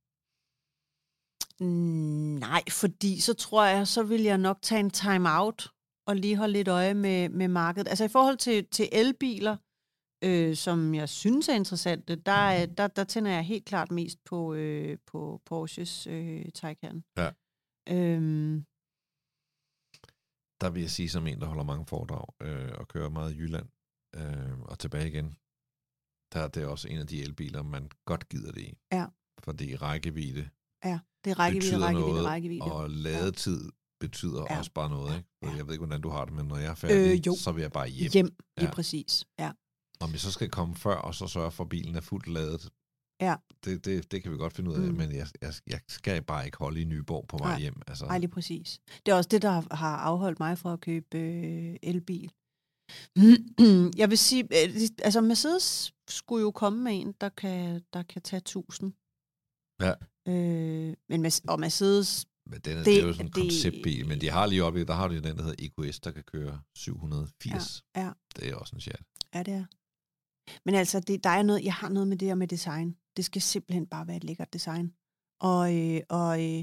Mm, nej, fordi så tror jeg, så vil jeg nok tage en time out og lige holde lidt øje med, med markedet. Altså i forhold til, til elbiler, øh, som jeg synes er interessante, der, der, der tænder jeg helt klart mest på, øh, på Porsches øh, Taycan. Ja. Øhm, Der vil jeg sige, som en, der holder mange foredrag øh, og kører meget i Jylland øh, og tilbage igen, der er det også en af de elbiler, man godt gider det i. Ja. Fordi rækkevidde Ja, det er rækkevidde, betyder rækkevidde, noget, rækkevidde. og ladetid ja. betyder ja. også bare noget. Ikke? Ja. Jeg ved ikke, hvordan du har det, men når jeg er færdig, øh, så vil jeg bare hjem. Hjem, lige ja. præcis. Ja. Om vi så skal komme før, og så sørge for, at bilen er fuldt ladet, ja. det, det, det kan vi godt finde ud af, mm. men jeg, jeg, jeg skal bare ikke holde i Nyborg på vej Nej. hjem. Altså. Nej, lige præcis. Det er også det, der har afholdt mig fra at købe øh, elbil. Jeg vil sige, altså Mercedes skulle jo komme med en, der kan, der kan tage tusind. Ja. Øh, men, og Mercedes... Men den er, det, det er jo sådan en konceptbil, men de har lige oppe, der har de den, der hedder E Q S, der kan køre syv hundrede og firs. Ja, ja. Det er også en chat. Ja, det er. Men altså, det, der er noget, jeg har noget med det her med design. Det skal simpelthen bare være et lækkert design. Og, øh, og øh,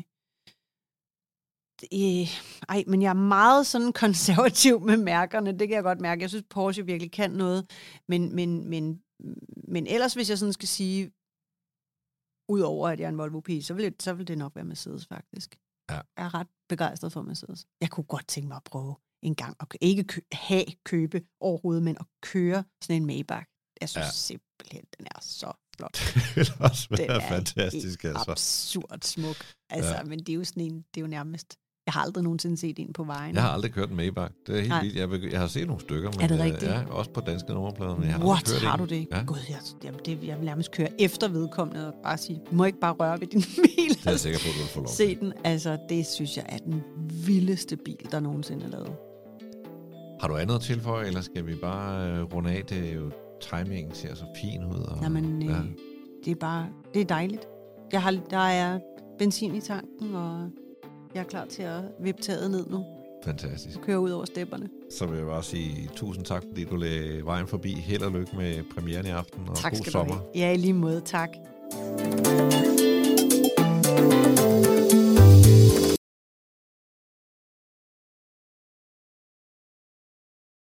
øh, ej, men jeg er meget sådan konservativ med mærkerne. Det kan jeg godt mærke. Jeg synes, Porsche virkelig kan noget. Men, men, men, men ellers, hvis jeg sådan skal sige, udover at jeg er en Volvo-pige, så vil, så vil det nok være Mercedes, faktisk. Ja. Jeg er ret begejstret for Mercedes. Jeg kunne godt tænke mig at prøve en gang at ikke kø- have købe overhovedet, men at køre sådan en Maybach. Jeg synes ja. simpelthen, den er så flot. Det er også den er fantastisk, altså. absurd smuk. Altså, ja. Men det er jo sådan en, det er jo nærmest Jeg har aldrig nogensinde set en på vejen. Jeg har aldrig kørt en Maybach. Det er helt Nej. vildt. Jeg, vil, jeg har set nogle stykker. Men Er det jeg, rigtigt? Ja, også på danske nummerplader, men jeg har What, aldrig kørt har en. du det? Ja. Gud, jeg, jamen, det, jeg vil nærmest køre efter vedkommende og bare sige, du må ikke bare røre ved din bil. Det er jeg sikker på, at du vil få lov til. Se den. Altså, det synes jeg er den vildeste bil, der nogensinde er lavet. Har du andet at tilføje, eller skal vi bare øh, runde af? Det er jo, timingen ser så fin ud. Og, Jamen, øh, ja. det er bare, det er dejligt. Jeg har, der er benzin i tanken, og jeg er klar til at vippe taget ned nu. Fantastisk. Køre ud over stepperne. Så vil jeg bare sige tusind tak, fordi du lagde vejen forbi. Held og lykke med premieren i aften, og Tak god skal sommer. du have. Ja, i lige måde. Tak.